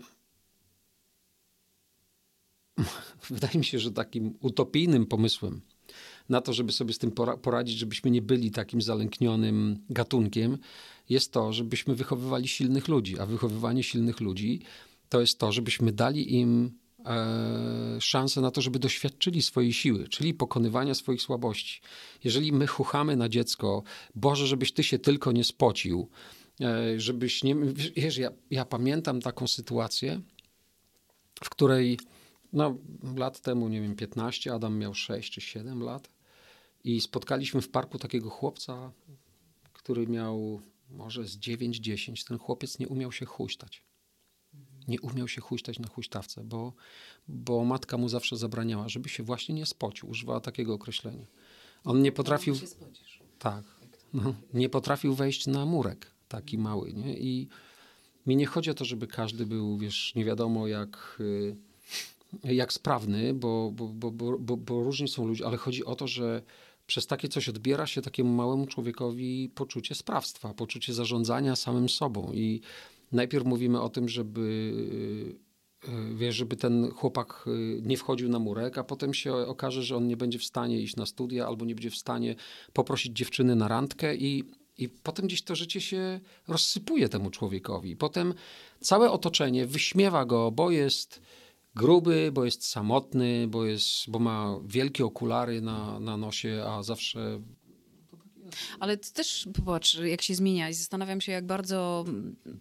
wydaje mi się, że takim utopijnym pomysłem na to, żeby sobie z tym poradzić, żebyśmy nie byli takim zalęknionym gatunkiem, jest to, żebyśmy wychowywali silnych ludzi. A wychowywanie silnych ludzi to jest to, żebyśmy dali im e, szansę na to, żeby doświadczyli swojej siły, czyli pokonywania swoich słabości. Jeżeli my chuchamy na dziecko, Boże, żebyś ty się tylko nie spocił, e, żebyś nie... Wiesz, ja, ja pamiętam taką sytuację, w której no, lat temu, nie wiem, piętnaście, Adam miał sześć czy siedem lat i spotkaliśmy w parku takiego chłopca, który miał może z dziewięć dziesięć. Ten chłopiec nie umiał się huśtać. Nie umiał się huśtać na huśtawce, bo, bo matka mu zawsze zabraniała, żeby się właśnie nie spocił. Używała takiego określenia. On nie potrafił... Tak. No, nie potrafił wejść na murek taki mały, nie? I mi nie chodzi o to, żeby każdy był, wiesz, nie wiadomo jak... jak sprawny, bo, bo, bo, bo, bo, bo różni są ludzie, ale chodzi o to, że przez takie coś odbiera się takiemu małemu człowiekowi poczucie sprawstwa, poczucie zarządzania samym sobą. I najpierw mówimy o tym, żeby, wiesz, żeby ten chłopak nie wchodził na murek, a potem się okaże, że on nie będzie w stanie iść na studia albo nie będzie w stanie poprosić dziewczyny na randkę i I potem gdzieś to życie się rozsypuje temu człowiekowi. Potem całe otoczenie wyśmiewa go, bo jest gruby, bo jest samotny, bo, jest, bo ma wielkie okulary na, na nosie, a zawsze... Ale to też, popatrz, jak się zmienia i zastanawiam się, jak bardzo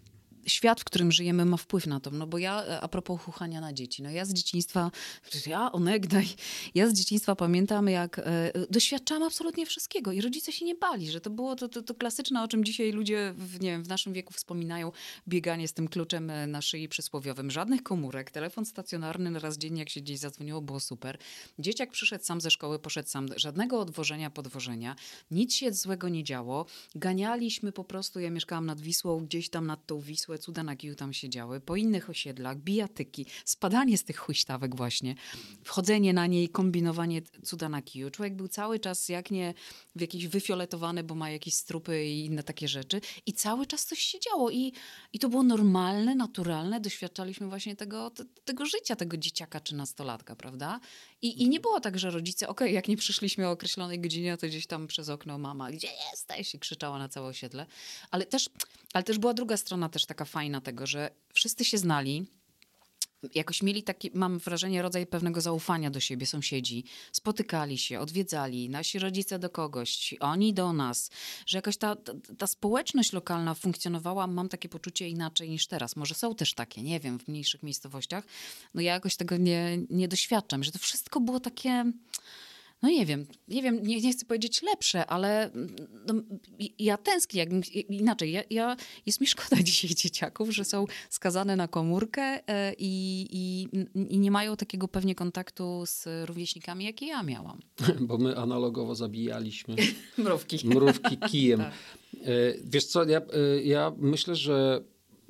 świat, w którym żyjemy, ma wpływ na to. No bo ja, a propos chuchania na dzieci, no ja z dzieciństwa, ja onegdaj, ja z dzieciństwa pamiętam, jak e, doświadczałam absolutnie wszystkiego i rodzice się nie bali, że to było to, to, to klasyczne, o czym dzisiaj ludzie w, nie wiem, w naszym wieku wspominają, bieganie z tym kluczem na szyi przysłowiowym. Żadnych komórek, telefon stacjonarny raz dziennie, jak się gdzieś zadzwoniło, było super. Dzieciak przyszedł sam ze szkoły, poszedł sam, żadnego odwożenia, podwożenia, nic się złego nie działo. Ganialiśmy po prostu, ja mieszkałam nad Wisłą, gdzieś tam nad tą Wisłę, cuda na kiju tam się działy, po innych osiedlach, bijatyki, spadanie z tych huśtawek właśnie, wchodzenie na niej, kombinowanie cuda na kiju. Człowiek był cały czas jak nie w jakiś wyfioletowany, bo ma jakieś strupy i inne takie rzeczy i cały czas coś się działo i, i to było normalne, naturalne, doświadczaliśmy właśnie tego, te, tego życia, tego dzieciaka czy nastolatka, prawda? I, i nie było tak, że rodzice, okej, okay, jak nie przyszliśmy o określonej godzinie, to gdzieś tam przez okno mama, gdzie jesteś? I krzyczała na całe osiedle. Ale też, ale też była druga strona też taka fajna tego, że wszyscy się znali, jakoś mieli taki, mam wrażenie, rodzaj pewnego zaufania do siebie, sąsiedzi. Spotykali się, odwiedzali, nasi rodzice do kogoś, oni do nas. Że jakoś ta, ta, ta społeczność lokalna funkcjonowała, mam takie poczucie, inaczej niż teraz. Może są też takie, nie wiem, w mniejszych miejscowościach. No ja jakoś tego nie, nie doświadczam, że to wszystko było takie... No nie wiem, nie wiem, nie, nie chcę powiedzieć lepsze, ale no, ja tęsknię, jakbym, inaczej, ja, ja, jest mi szkoda dzisiaj dzieciaków, że są skazane na komórkę e, i, i, i nie mają takiego pewnie kontaktu z rówieśnikami, jakie ja miałam. Bo my analogowo zabijaliśmy mrówki, mrówki kijem. Tak. Wiesz co, ja, ja myślę, że,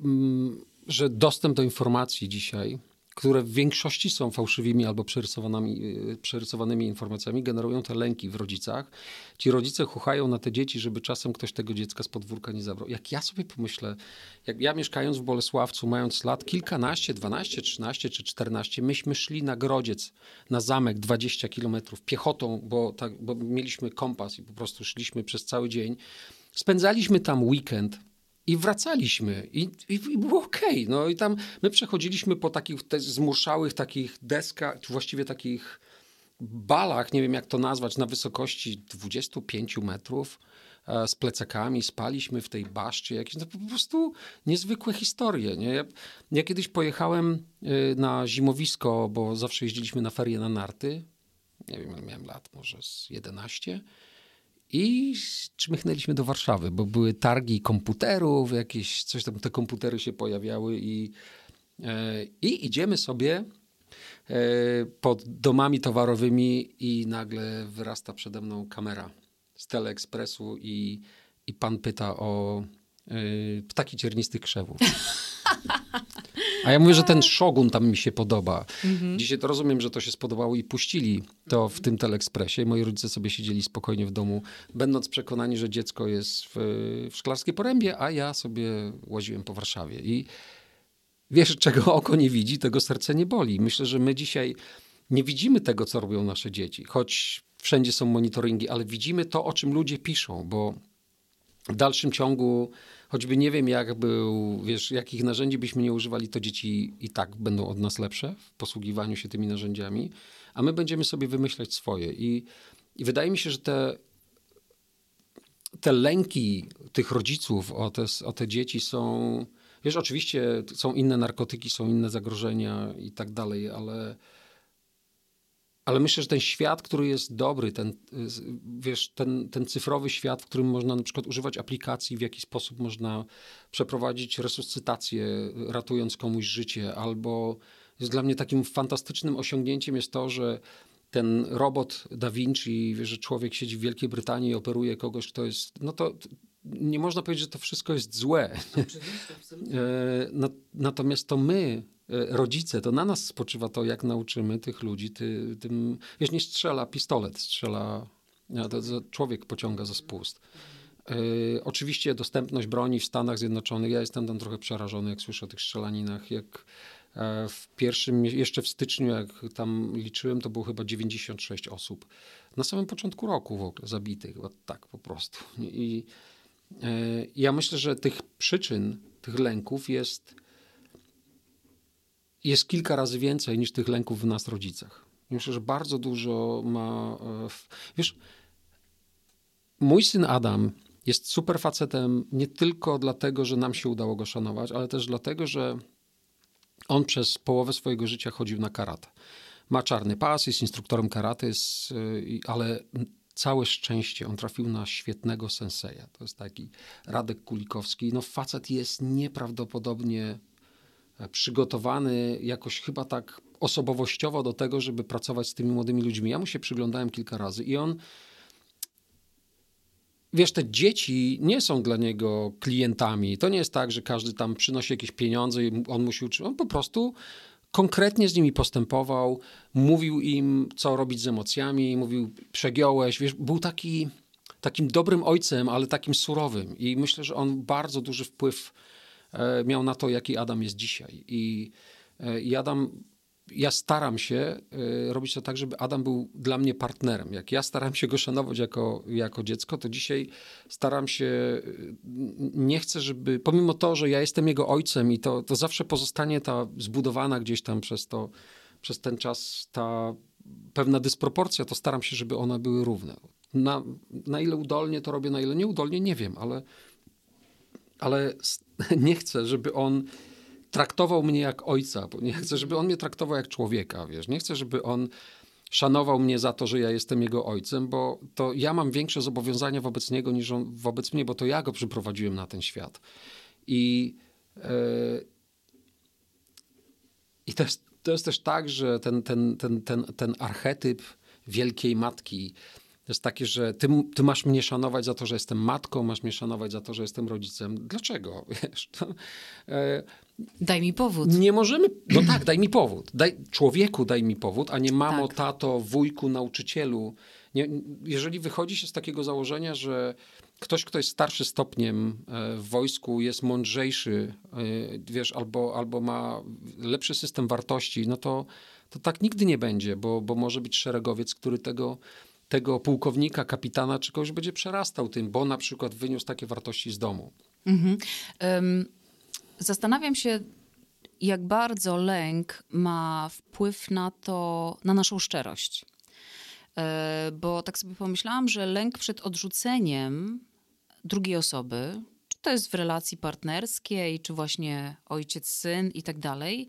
że dostęp do informacji dzisiaj, które w większości są fałszywymi albo przerysowanymi, przerysowanymi informacjami, generują te lęki w rodzicach. Ci rodzice chuchają na te dzieci, żeby czasem ktoś tego dziecka z podwórka nie zabrał. Jak ja sobie pomyślę, jak ja mieszkając w Bolesławcu, mając lat kilkanaście, dwanaście, trzynaście czy czternaście, myśmy szli na Grodziec, na zamek dwadzieścia kilometrów piechotą, bo, tak, bo mieliśmy kompas i po prostu szliśmy przez cały dzień. Spędzaliśmy tam weekend. I wracaliśmy i, i, i było okej. Okay. No i tam my przechodziliśmy po takich te zmuszałych takich deskach, czy właściwie takich balach, nie wiem jak to nazwać, na wysokości dwudziestu pięciu metrów e, z plecakami. Spaliśmy w tej baszcie. Jakieś, no, po prostu niezwykłe historie. Nie? Ja, ja kiedyś pojechałem y, na zimowisko, bo zawsze jeździliśmy na ferie na narty. Nie wiem, miałem lat może z jedenaście. I czmychnęliśmy do Warszawy, bo były targi komputerów, jakieś coś tam, te komputery się pojawiały i, e, i idziemy sobie e, pod domami towarowymi i nagle wyrasta przede mną kamera z Teleekspresu i, i pan pyta o e, ptaki ciernistych krzewów. A ja mówię, że ten Szogun tam mi się podoba. Mhm. Dzisiaj to rozumiem, że to się spodobało i puścili to w tym Teleekspresie. Moi rodzice sobie siedzieli spokojnie w domu, będąc przekonani, że dziecko jest w, w Szklarskiej Porębie, a ja sobie łaziłem po Warszawie. I wiesz, czego oko nie widzi, tego serce nie boli. Myślę, że my dzisiaj nie widzimy tego, co robią nasze dzieci, choć wszędzie są monitoringi, ale widzimy to, o czym ludzie piszą, bo w dalszym ciągu, choćby nie wiem, jak był, wiesz, jakich narzędzi byśmy nie używali, to dzieci i tak będą od nas lepsze w posługiwaniu się tymi narzędziami, a my będziemy sobie wymyślać swoje. I, i wydaje mi się, że te, te lęki tych rodziców o te, o te dzieci są, wiesz, oczywiście są inne narkotyki, są inne zagrożenia i tak dalej, ale... Ale myślę, że ten świat, który jest dobry, ten, wiesz, ten, ten cyfrowy świat, w którym można na przykład używać aplikacji, w jaki sposób można przeprowadzić resuscytację, ratując komuś życie, albo jest dla mnie takim fantastycznym osiągnięciem jest to, że ten robot Da Vinci, wiesz, że człowiek siedzi w Wielkiej Brytanii i operuje kogoś, kto jest, no to nie można powiedzieć, że to wszystko jest złe. Oczywiście, absolutnie. Natomiast to my, rodzice, to na nas spoczywa to, jak nauczymy tych ludzi, ty, tym, wiesz, nie strzela pistolet, strzela, to, to człowiek pociąga za spust. Y, oczywiście dostępność broni w Stanach Zjednoczonych, ja jestem tam trochę przerażony, jak słyszę o tych strzelaninach, jak e, w pierwszym, jeszcze w styczniu, jak tam liczyłem, to było chyba dziewięćdziesiąt sześć osób. Na samym początku roku w ogóle zabitych, tak po prostu. I y, ja myślę, że tych przyczyn, tych lęków jest jest kilka razy więcej niż tych lęków w nas, rodzicach. Myślę, że bardzo dużo ma... Wiesz, mój syn Adam jest super facetem nie tylko dlatego, że nam się udało go szanować, ale też dlatego, że on przez połowę swojego życia chodził na karate. Ma czarny pas, jest instruktorem karate, jest, ale całe szczęście on trafił na świetnego senseja. To jest taki Radek Kulikowski. No facet jest nieprawdopodobnie przygotowany jakoś chyba tak osobowościowo do tego, żeby pracować z tymi młodymi ludźmi. Ja mu się przyglądałem kilka razy i on, wiesz, te dzieci nie są dla niego klientami. To nie jest tak, że każdy tam przynosi jakieś pieniądze i on musi uczyć. On po prostu konkretnie z nimi postępował, mówił im, co robić z emocjami, mówił, przegiąłeś, wiesz, był taki, takim dobrym ojcem, ale takim surowym i myślę, że on bardzo duży wpływ e, miał na to, jaki Adam jest dzisiaj. I, e, i Adam, ja staram się e, robić to tak, żeby Adam był dla mnie partnerem. Jak ja staram się go szanować jako, jako dziecko, to dzisiaj staram się, nie chcę, żeby, pomimo to, że ja jestem jego ojcem i to, to zawsze pozostanie ta zbudowana gdzieś tam przez to, przez ten czas ta pewna dysproporcja, to staram się, żeby one były równe. Na, na ile udolnie to robię, na ile nieudolnie, nie wiem, ale, ale nie chcę, żeby on traktował mnie jak ojca, bo nie chcę, żeby on mnie traktował jak człowieka, wiesz. Nie chcę, żeby on szanował mnie za to, że ja jestem jego ojcem, bo to ja mam większe zobowiązania wobec niego niż on wobec mnie, bo to ja go przyprowadziłem na ten świat. I, yy, i to, jest, to jest też tak, że ten, ten, ten, ten, ten archetyp wielkiej matki to jest takie, że ty, ty masz mnie szanować za to, że jestem matką, masz mnie szanować za to, że jestem rodzicem. Dlaczego? Wiesz, to, e, Daj mi powód. Nie możemy... No tak, daj mi powód. Daj, człowieku daj mi powód, a nie mamo, Tak. tato, wujku, nauczycielu. Nie, jeżeli wychodzi się z takiego założenia, że ktoś, kto jest starszy stopniem w wojsku, jest mądrzejszy, wiesz, albo, albo ma lepszy system wartości, no to, to tak nigdy nie będzie, bo, bo może być szeregowiec, który tego... tego pułkownika, kapitana czy kogoś będzie przerastał tym, bo na przykład wyniósł takie wartości z domu. Mhm. Um, zastanawiam się, jak bardzo lęk ma wpływ na to, na naszą szczerość. E, bo tak sobie pomyślałam, że lęk przed odrzuceniem drugiej osoby, czy to jest w relacji partnerskiej, czy właśnie ojciec, syn i tak dalej,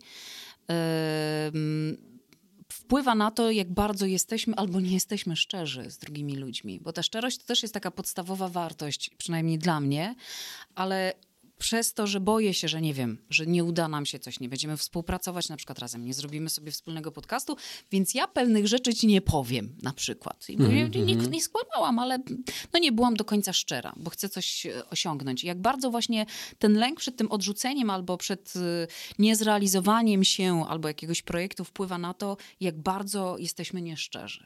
e, wpływa na to, jak bardzo jesteśmy albo nie jesteśmy szczerzy z drugimi ludźmi. Bo ta szczerość to też jest taka podstawowa wartość, przynajmniej dla mnie, ale przez to, że boję się, że nie wiem, że nie uda nam się coś, nie będziemy współpracować na przykład razem, nie zrobimy sobie wspólnego podcastu, więc ja pewnych rzeczy ci nie powiem na przykład. I mówię, Mm-hmm. nie, nie skłamałam, ale no nie byłam do końca szczera, bo chcę coś osiągnąć. I jak bardzo właśnie ten lęk przed tym odrzuceniem albo przed niezrealizowaniem się albo jakiegoś projektu wpływa na to, jak bardzo jesteśmy nieszczerzy.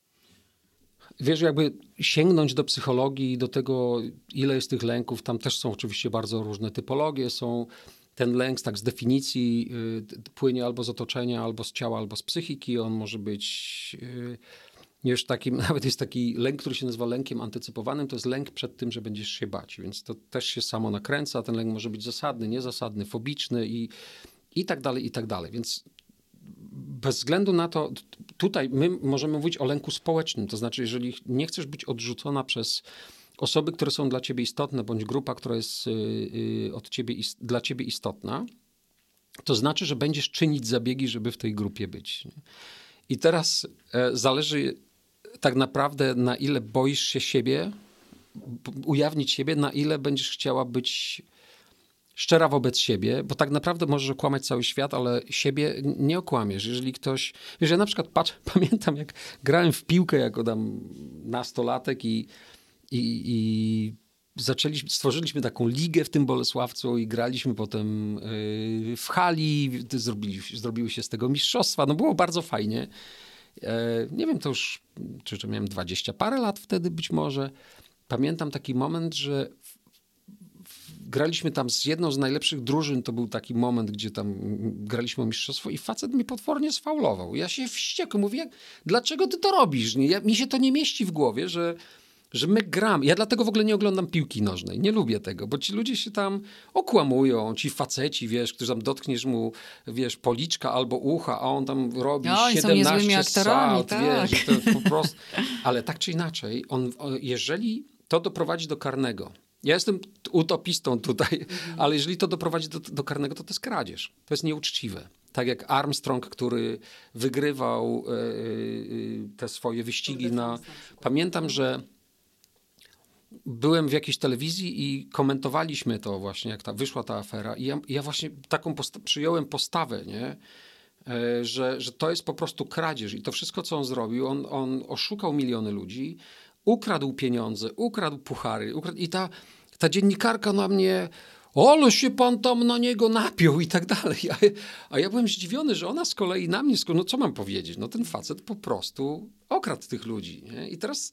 Wiesz, jakby sięgnąć do psychologii, do tego, ile jest tych lęków, tam też są oczywiście bardzo różne typologie, są ten lęk tak z definicji y, płynie albo z otoczenia, albo z ciała, albo z psychiki, on może być y, już takim, nawet jest taki lęk, który się nazywa lękiem antycypowanym, to jest lęk przed tym, że będziesz się bać, więc to też się samo nakręca, ten lęk może być zasadny, niezasadny, fobiczny i, i tak dalej, i tak dalej, więc bez względu na to, tutaj my możemy mówić o lęku społecznym, to znaczy, jeżeli nie chcesz być odrzucona przez osoby, które są dla ciebie istotne, bądź grupa, która jest od ciebie, dla ciebie istotna, to znaczy, że będziesz czynić zabiegi, żeby w tej grupie być. I teraz zależy tak naprawdę, na ile boisz się siebie, ujawnić siebie, na ile będziesz chciała być szczera wobec siebie, bo tak naprawdę możesz okłamać cały świat, ale siebie nie okłamiesz. Jeżeli ktoś... Wiesz, ja na przykład patrz, pamiętam, jak grałem w piłkę jako tam nastolatek i, i, i zaczęliśmy, stworzyliśmy taką ligę w tym Bolesławcu i graliśmy potem yy, w hali, zrobili, zrobiły się z tego mistrzostwa. No było bardzo fajnie. Yy, nie wiem, to już, czy, czy miałem dwadzieścia parę lat wtedy być może. Pamiętam taki moment, że graliśmy tam z jedną z najlepszych drużyn, to był taki moment, gdzie tam graliśmy o mistrzostwo i facet mnie potwornie sfaulował. Ja się wściekłem, mówię, jak, dlaczego ty to robisz? Nie? Ja, mi się to nie mieści w głowie, że, że my gramy. Ja dlatego w ogóle nie oglądam piłki nożnej. Nie lubię tego, bo ci ludzie się tam okłamują, ci faceci, wiesz, którzy tam dotkniesz mu, wiesz, policzka albo ucha, a on tam robi no, siedemnaście aktorami, salt, tak. wiesz, to po prostu... Ale tak czy inaczej, on, jeżeli to doprowadzi do karnego. Ja jestem utopistą tutaj, mhm. ale jeżeli to doprowadzi do, do karnego, to to jest kradzież. To jest nieuczciwe. Tak jak Armstrong, który wygrywał yy, te swoje wyścigi na... Pamiętam, że byłem w jakiejś telewizji i komentowaliśmy to właśnie, jak ta, wyszła ta afera i ja, ja właśnie taką posta- przyjąłem postawę, nie? E, że, że to jest po prostu kradzież i to wszystko, co on zrobił, on, on oszukał miliony ludzi, ukradł pieniądze, ukradł puchary ukradł, i ta, ta dziennikarka na mnie, ale się pan tam na niego napiął i tak dalej. A, a ja byłem zdziwiony, że ona z kolei na mnie, no co mam powiedzieć, no ten facet po prostu okradł tych ludzi, nie? I teraz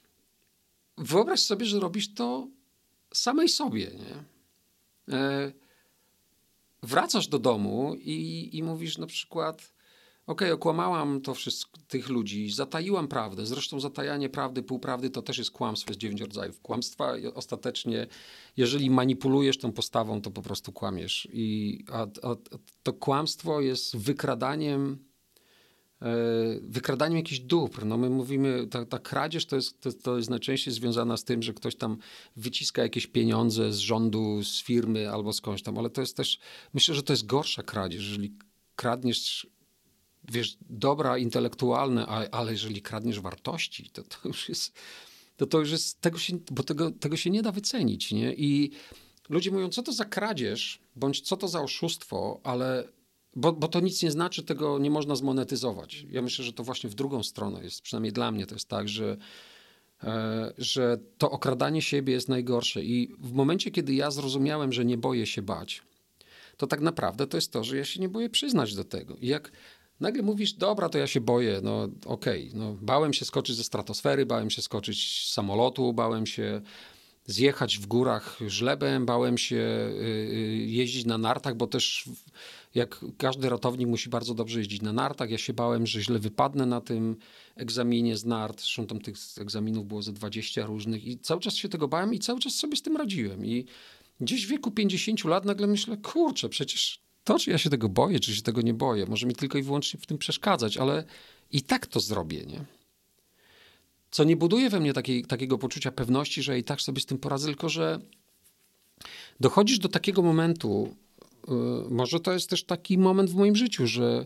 wyobraź sobie, że robisz to samej sobie, nie? E, wracasz do domu i, i mówisz na przykład, okej, okłamałam to wszystko, tych ludzi, zataiłam prawdę. Zresztą zatajanie prawdy, półprawdy to też jest kłamstwo, jest dziewięć rodzajów kłamstwa. I ostatecznie, jeżeli manipulujesz tą postawą, to po prostu kłamiesz. I, a, a, to kłamstwo jest wykradaniem wykradaniem jakichś dóbr. No my mówimy, ta, ta kradzież to jest, to, to jest najczęściej związana z tym, że ktoś tam wyciska jakieś pieniądze z rządu, z firmy albo skądś tam, ale to jest też, myślę, że to jest gorsza kradzież, jeżeli kradniesz, wiesz, dobra intelektualne, a, ale jeżeli kradniesz wartości, to to już jest, to, to już jest, tego się, bo tego, tego się nie da wycenić, nie? I ludzie mówią, co to za kradzież, bądź co to za oszustwo, ale Bo, bo to nic nie znaczy, tego nie można zmonetyzować. Ja myślę, że to właśnie w drugą stronę jest, przynajmniej dla mnie to jest tak, że, e, że to okradanie siebie jest najgorsze i w momencie, kiedy ja zrozumiałem, że nie boję się bać, to tak naprawdę to jest to, że ja się nie boję przyznać do tego. I jak nagle mówisz, dobra, to ja się boję, no okej, okay, no, bałem się skoczyć ze stratosfery, bałem się skoczyć z samolotu, bałem się zjechać w górach żlebem, bałem się jeździć na nartach, bo też jak każdy ratownik musi bardzo dobrze jeździć na nartach. Ja się bałem, że źle wypadnę na tym egzaminie z nart. Zresztą tam tych egzaminów było ze dwadzieścia różnych i cały czas się tego bałem i cały czas sobie z tym radziłem. I gdzieś w wieku pięćdziesięciu lat nagle myślę, kurczę, przecież to, czy ja się tego boję, czy się tego nie boję, może mi tylko i wyłącznie w tym przeszkadzać, ale i tak to zrobię, nie? Co nie buduje we mnie takiej, takiego poczucia pewności, że i tak sobie z tym poradzę, tylko że dochodzisz do takiego momentu, yy, może to jest też taki moment w moim życiu, że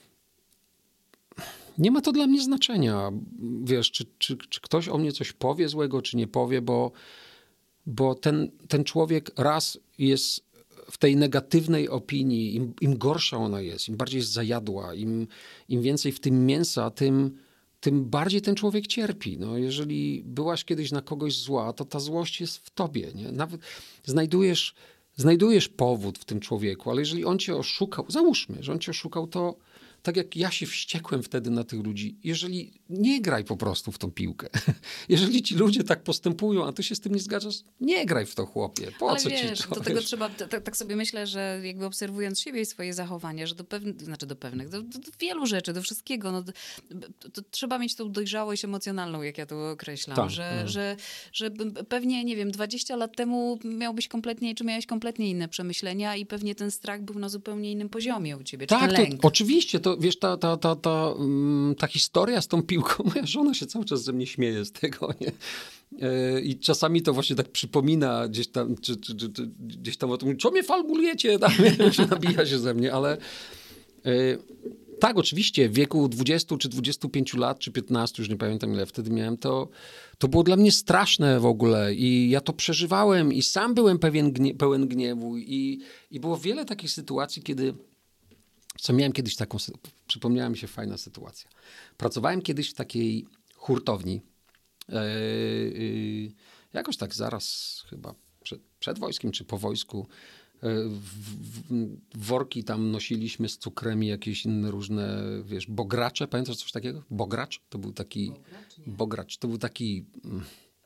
nie ma to dla mnie znaczenia, wiesz, czy, czy, czy ktoś o mnie coś powie złego, czy nie powie, bo, bo ten, ten człowiek raz jest w tej negatywnej opinii, im, im gorsza ona jest, im bardziej jest zajadła, im, im więcej w tym mięsa, tym tym bardziej ten człowiek cierpi. No, jeżeli byłaś kiedyś na kogoś zła, to ta złość jest w tobie. Nie? Nawet znajdujesz, znajdujesz powód w tym człowieku, ale jeżeli on cię oszukał, załóżmy, że on cię oszukał, to tak jak ja się wściekłem wtedy na tych ludzi, jeżeli nie graj po prostu w tą piłkę. Jeżeli ci ludzie tak postępują, a ty się z tym nie zgadzasz, nie graj w to, chłopie. Po Ale co wiesz, ci to? do tego wiesz? trzeba, tak, tak sobie myślę, że jakby obserwując siebie i swoje zachowania, że do pewnych, znaczy do pewnych, do, do, do wielu rzeczy, do wszystkiego, no, to, to trzeba mieć tą dojrzałość emocjonalną, jak ja to określam, Tak, że, mhm. że, że pewnie, nie wiem, dwadzieścia lat temu miałbyś kompletnie, czy miałeś kompletnie inne przemyślenia i pewnie ten strach był na zupełnie innym poziomie u ciebie, czy Tak, ten to, lęk. oczywiście, to wiesz, ta, ta, ta, ta, ta historia z tą piłką, moja żona się cały czas ze mnie śmieje z tego, nie? I czasami to właśnie tak przypomina gdzieś tam, czy, czy, czy, czy gdzieś tam o tym, co mnie falbulujecie, tam się nabija się ze mnie, ale yy, tak, oczywiście w wieku dwudziestu czy dwudziestu pięciu lat, czy piętnastu, już nie pamiętam ile wtedy miałem, to, to było dla mnie straszne w ogóle i ja to przeżywałem i sam byłem pewien gnie, pełen gniewu i, i było wiele takich sytuacji, kiedy co miałem kiedyś taką, przypomniała mi się fajna sytuacja. Pracowałem kiedyś w takiej hurtowni, yy, yy, jakoś tak zaraz chyba przed, przed wojskiem czy po wojsku. Yy, w, w, worki tam nosiliśmy z cukrem i jakieś inne różne, wiesz, bogracze. Pamiętasz coś takiego? Bogracz? To był taki, Bogracz, bogracz. To był taki... Mm,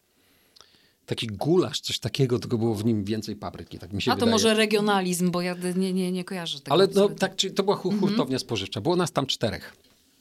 taki gulasz, coś takiego, tylko było w nim więcej papryki, tak mi się A to wydaje. może regionalizm, bo ja nie, nie, nie kojarzę tego. Ale no, tak, to była hurtownia spożywcza. Było nas tam czterech.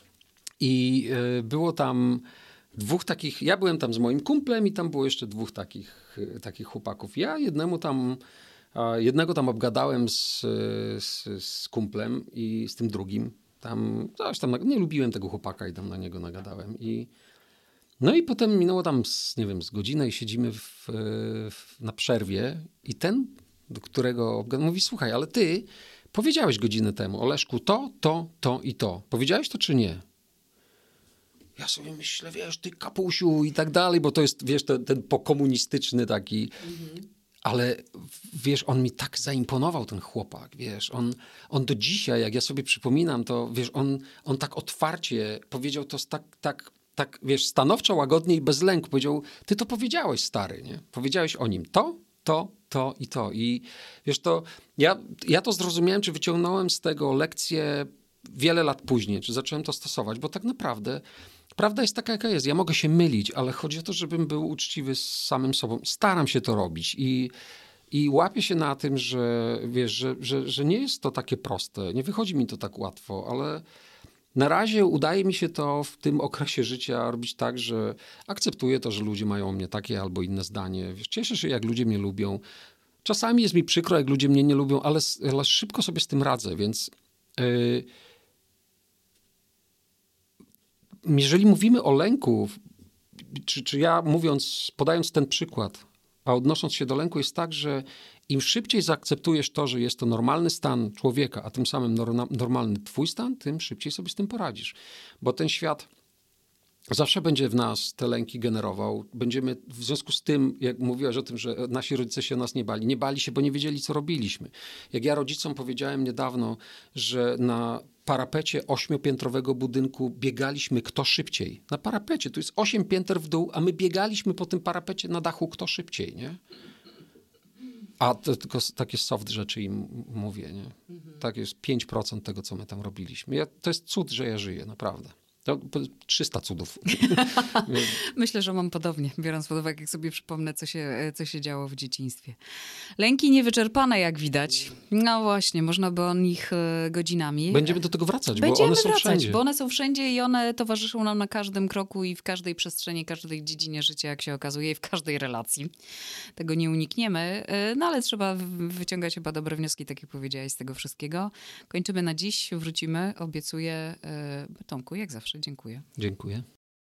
I y, było tam dwóch takich, ja byłem tam z moim kumplem i tam było jeszcze dwóch takich, y, takich chłopaków. Ja jednemu tam, a jednego tam obgadałem z, z, z kumplem i z tym drugim. Tam coś tam, nie lubiłem tego chłopaka i tam na niego nagadałem. I No i potem minęło tam, z, nie wiem, z godzinę i siedzimy w, w, na przerwie i ten, do którego mówi, słuchaj, ale ty powiedziałeś godzinę temu o Leszku to, to, to i to. Powiedziałeś to czy nie? Ja sobie myślę, wiesz, ty kapusiu i tak dalej, bo to jest, wiesz, ten, ten pokomunistyczny taki... Mhm. Ale wiesz, on mi tak zaimponował, ten chłopak, wiesz, on, on do dzisiaj, jak ja sobie przypominam, to wiesz, on, on tak otwarcie powiedział to tak, tak, tak, wiesz, stanowczo, łagodnie i bez lęku. Powiedział, ty to powiedziałeś, stary, nie? Powiedziałeś o nim to, to, to i to. I wiesz, to ja, ja to zrozumiałem, czy wyciągnąłem z tego lekcję wiele lat później, czy zacząłem to stosować, bo tak naprawdę prawda jest taka, jaka jest. Ja mogę się mylić, ale chodzi o to, żebym był uczciwy z samym sobą. Staram się to robić i, i łapię się na tym, że wiesz, że, że, że nie jest to takie proste. Nie wychodzi mi to tak łatwo, ale na razie udaje mi się to w tym okresie życia robić tak, że akceptuję to, że ludzie mają o mnie takie albo inne zdanie. Wiesz, cieszę się, jak ludzie mnie lubią. Czasami jest mi przykro, jak ludzie mnie nie lubią, ale, ale szybko sobie z tym radzę, więc... Yy, Jeżeli mówimy o lęku, czy, czy ja mówiąc, podając ten przykład, a odnosząc się do lęku, jest tak, że im szybciej zaakceptujesz to, że jest to normalny stan człowieka, a tym samym normalny twój stan, tym szybciej sobie z tym poradzisz. Bo ten świat zawsze będzie w nas te lęki generował. Będziemy w związku z tym, jak mówiłaś o tym, że nasi rodzice się o nas nie bali. Nie bali się, bo nie wiedzieli, co robiliśmy. Jak ja rodzicom powiedziałem niedawno, że na parapecie ośmiopiętrowego budynku biegaliśmy kto szybciej. Na parapecie, tu jest osiem pięter w dół, a my biegaliśmy po tym parapecie na dachu kto szybciej, nie? A to tylko takie soft rzeczy im mówię, nie? Tak jest pięć procent tego, co my tam robiliśmy. Ja, to jest cud, że ja żyję, naprawdę. To trzysta cudów. Myślę, że mam podobnie, biorąc pod uwagę, jak sobie przypomnę, co się, co się działo w dzieciństwie. Lęki niewyczerpane, jak widać. No właśnie, można by o nich godzinami. Będziemy do tego wracać, Będziemy bo one są wracać, wszędzie. bo one są wszędzie i one towarzyszą nam na każdym kroku i w każdej przestrzeni, każdej dziedzinie życia, jak się okazuje, i w każdej relacji. Tego nie unikniemy, no ale trzeba wyciągać chyba dobre wnioski, tak jak powiedziałaś, z tego wszystkiego. Kończymy na dziś, wrócimy, obiecuję. Tomku, jak zawsze, dziękuję. Dziękuję.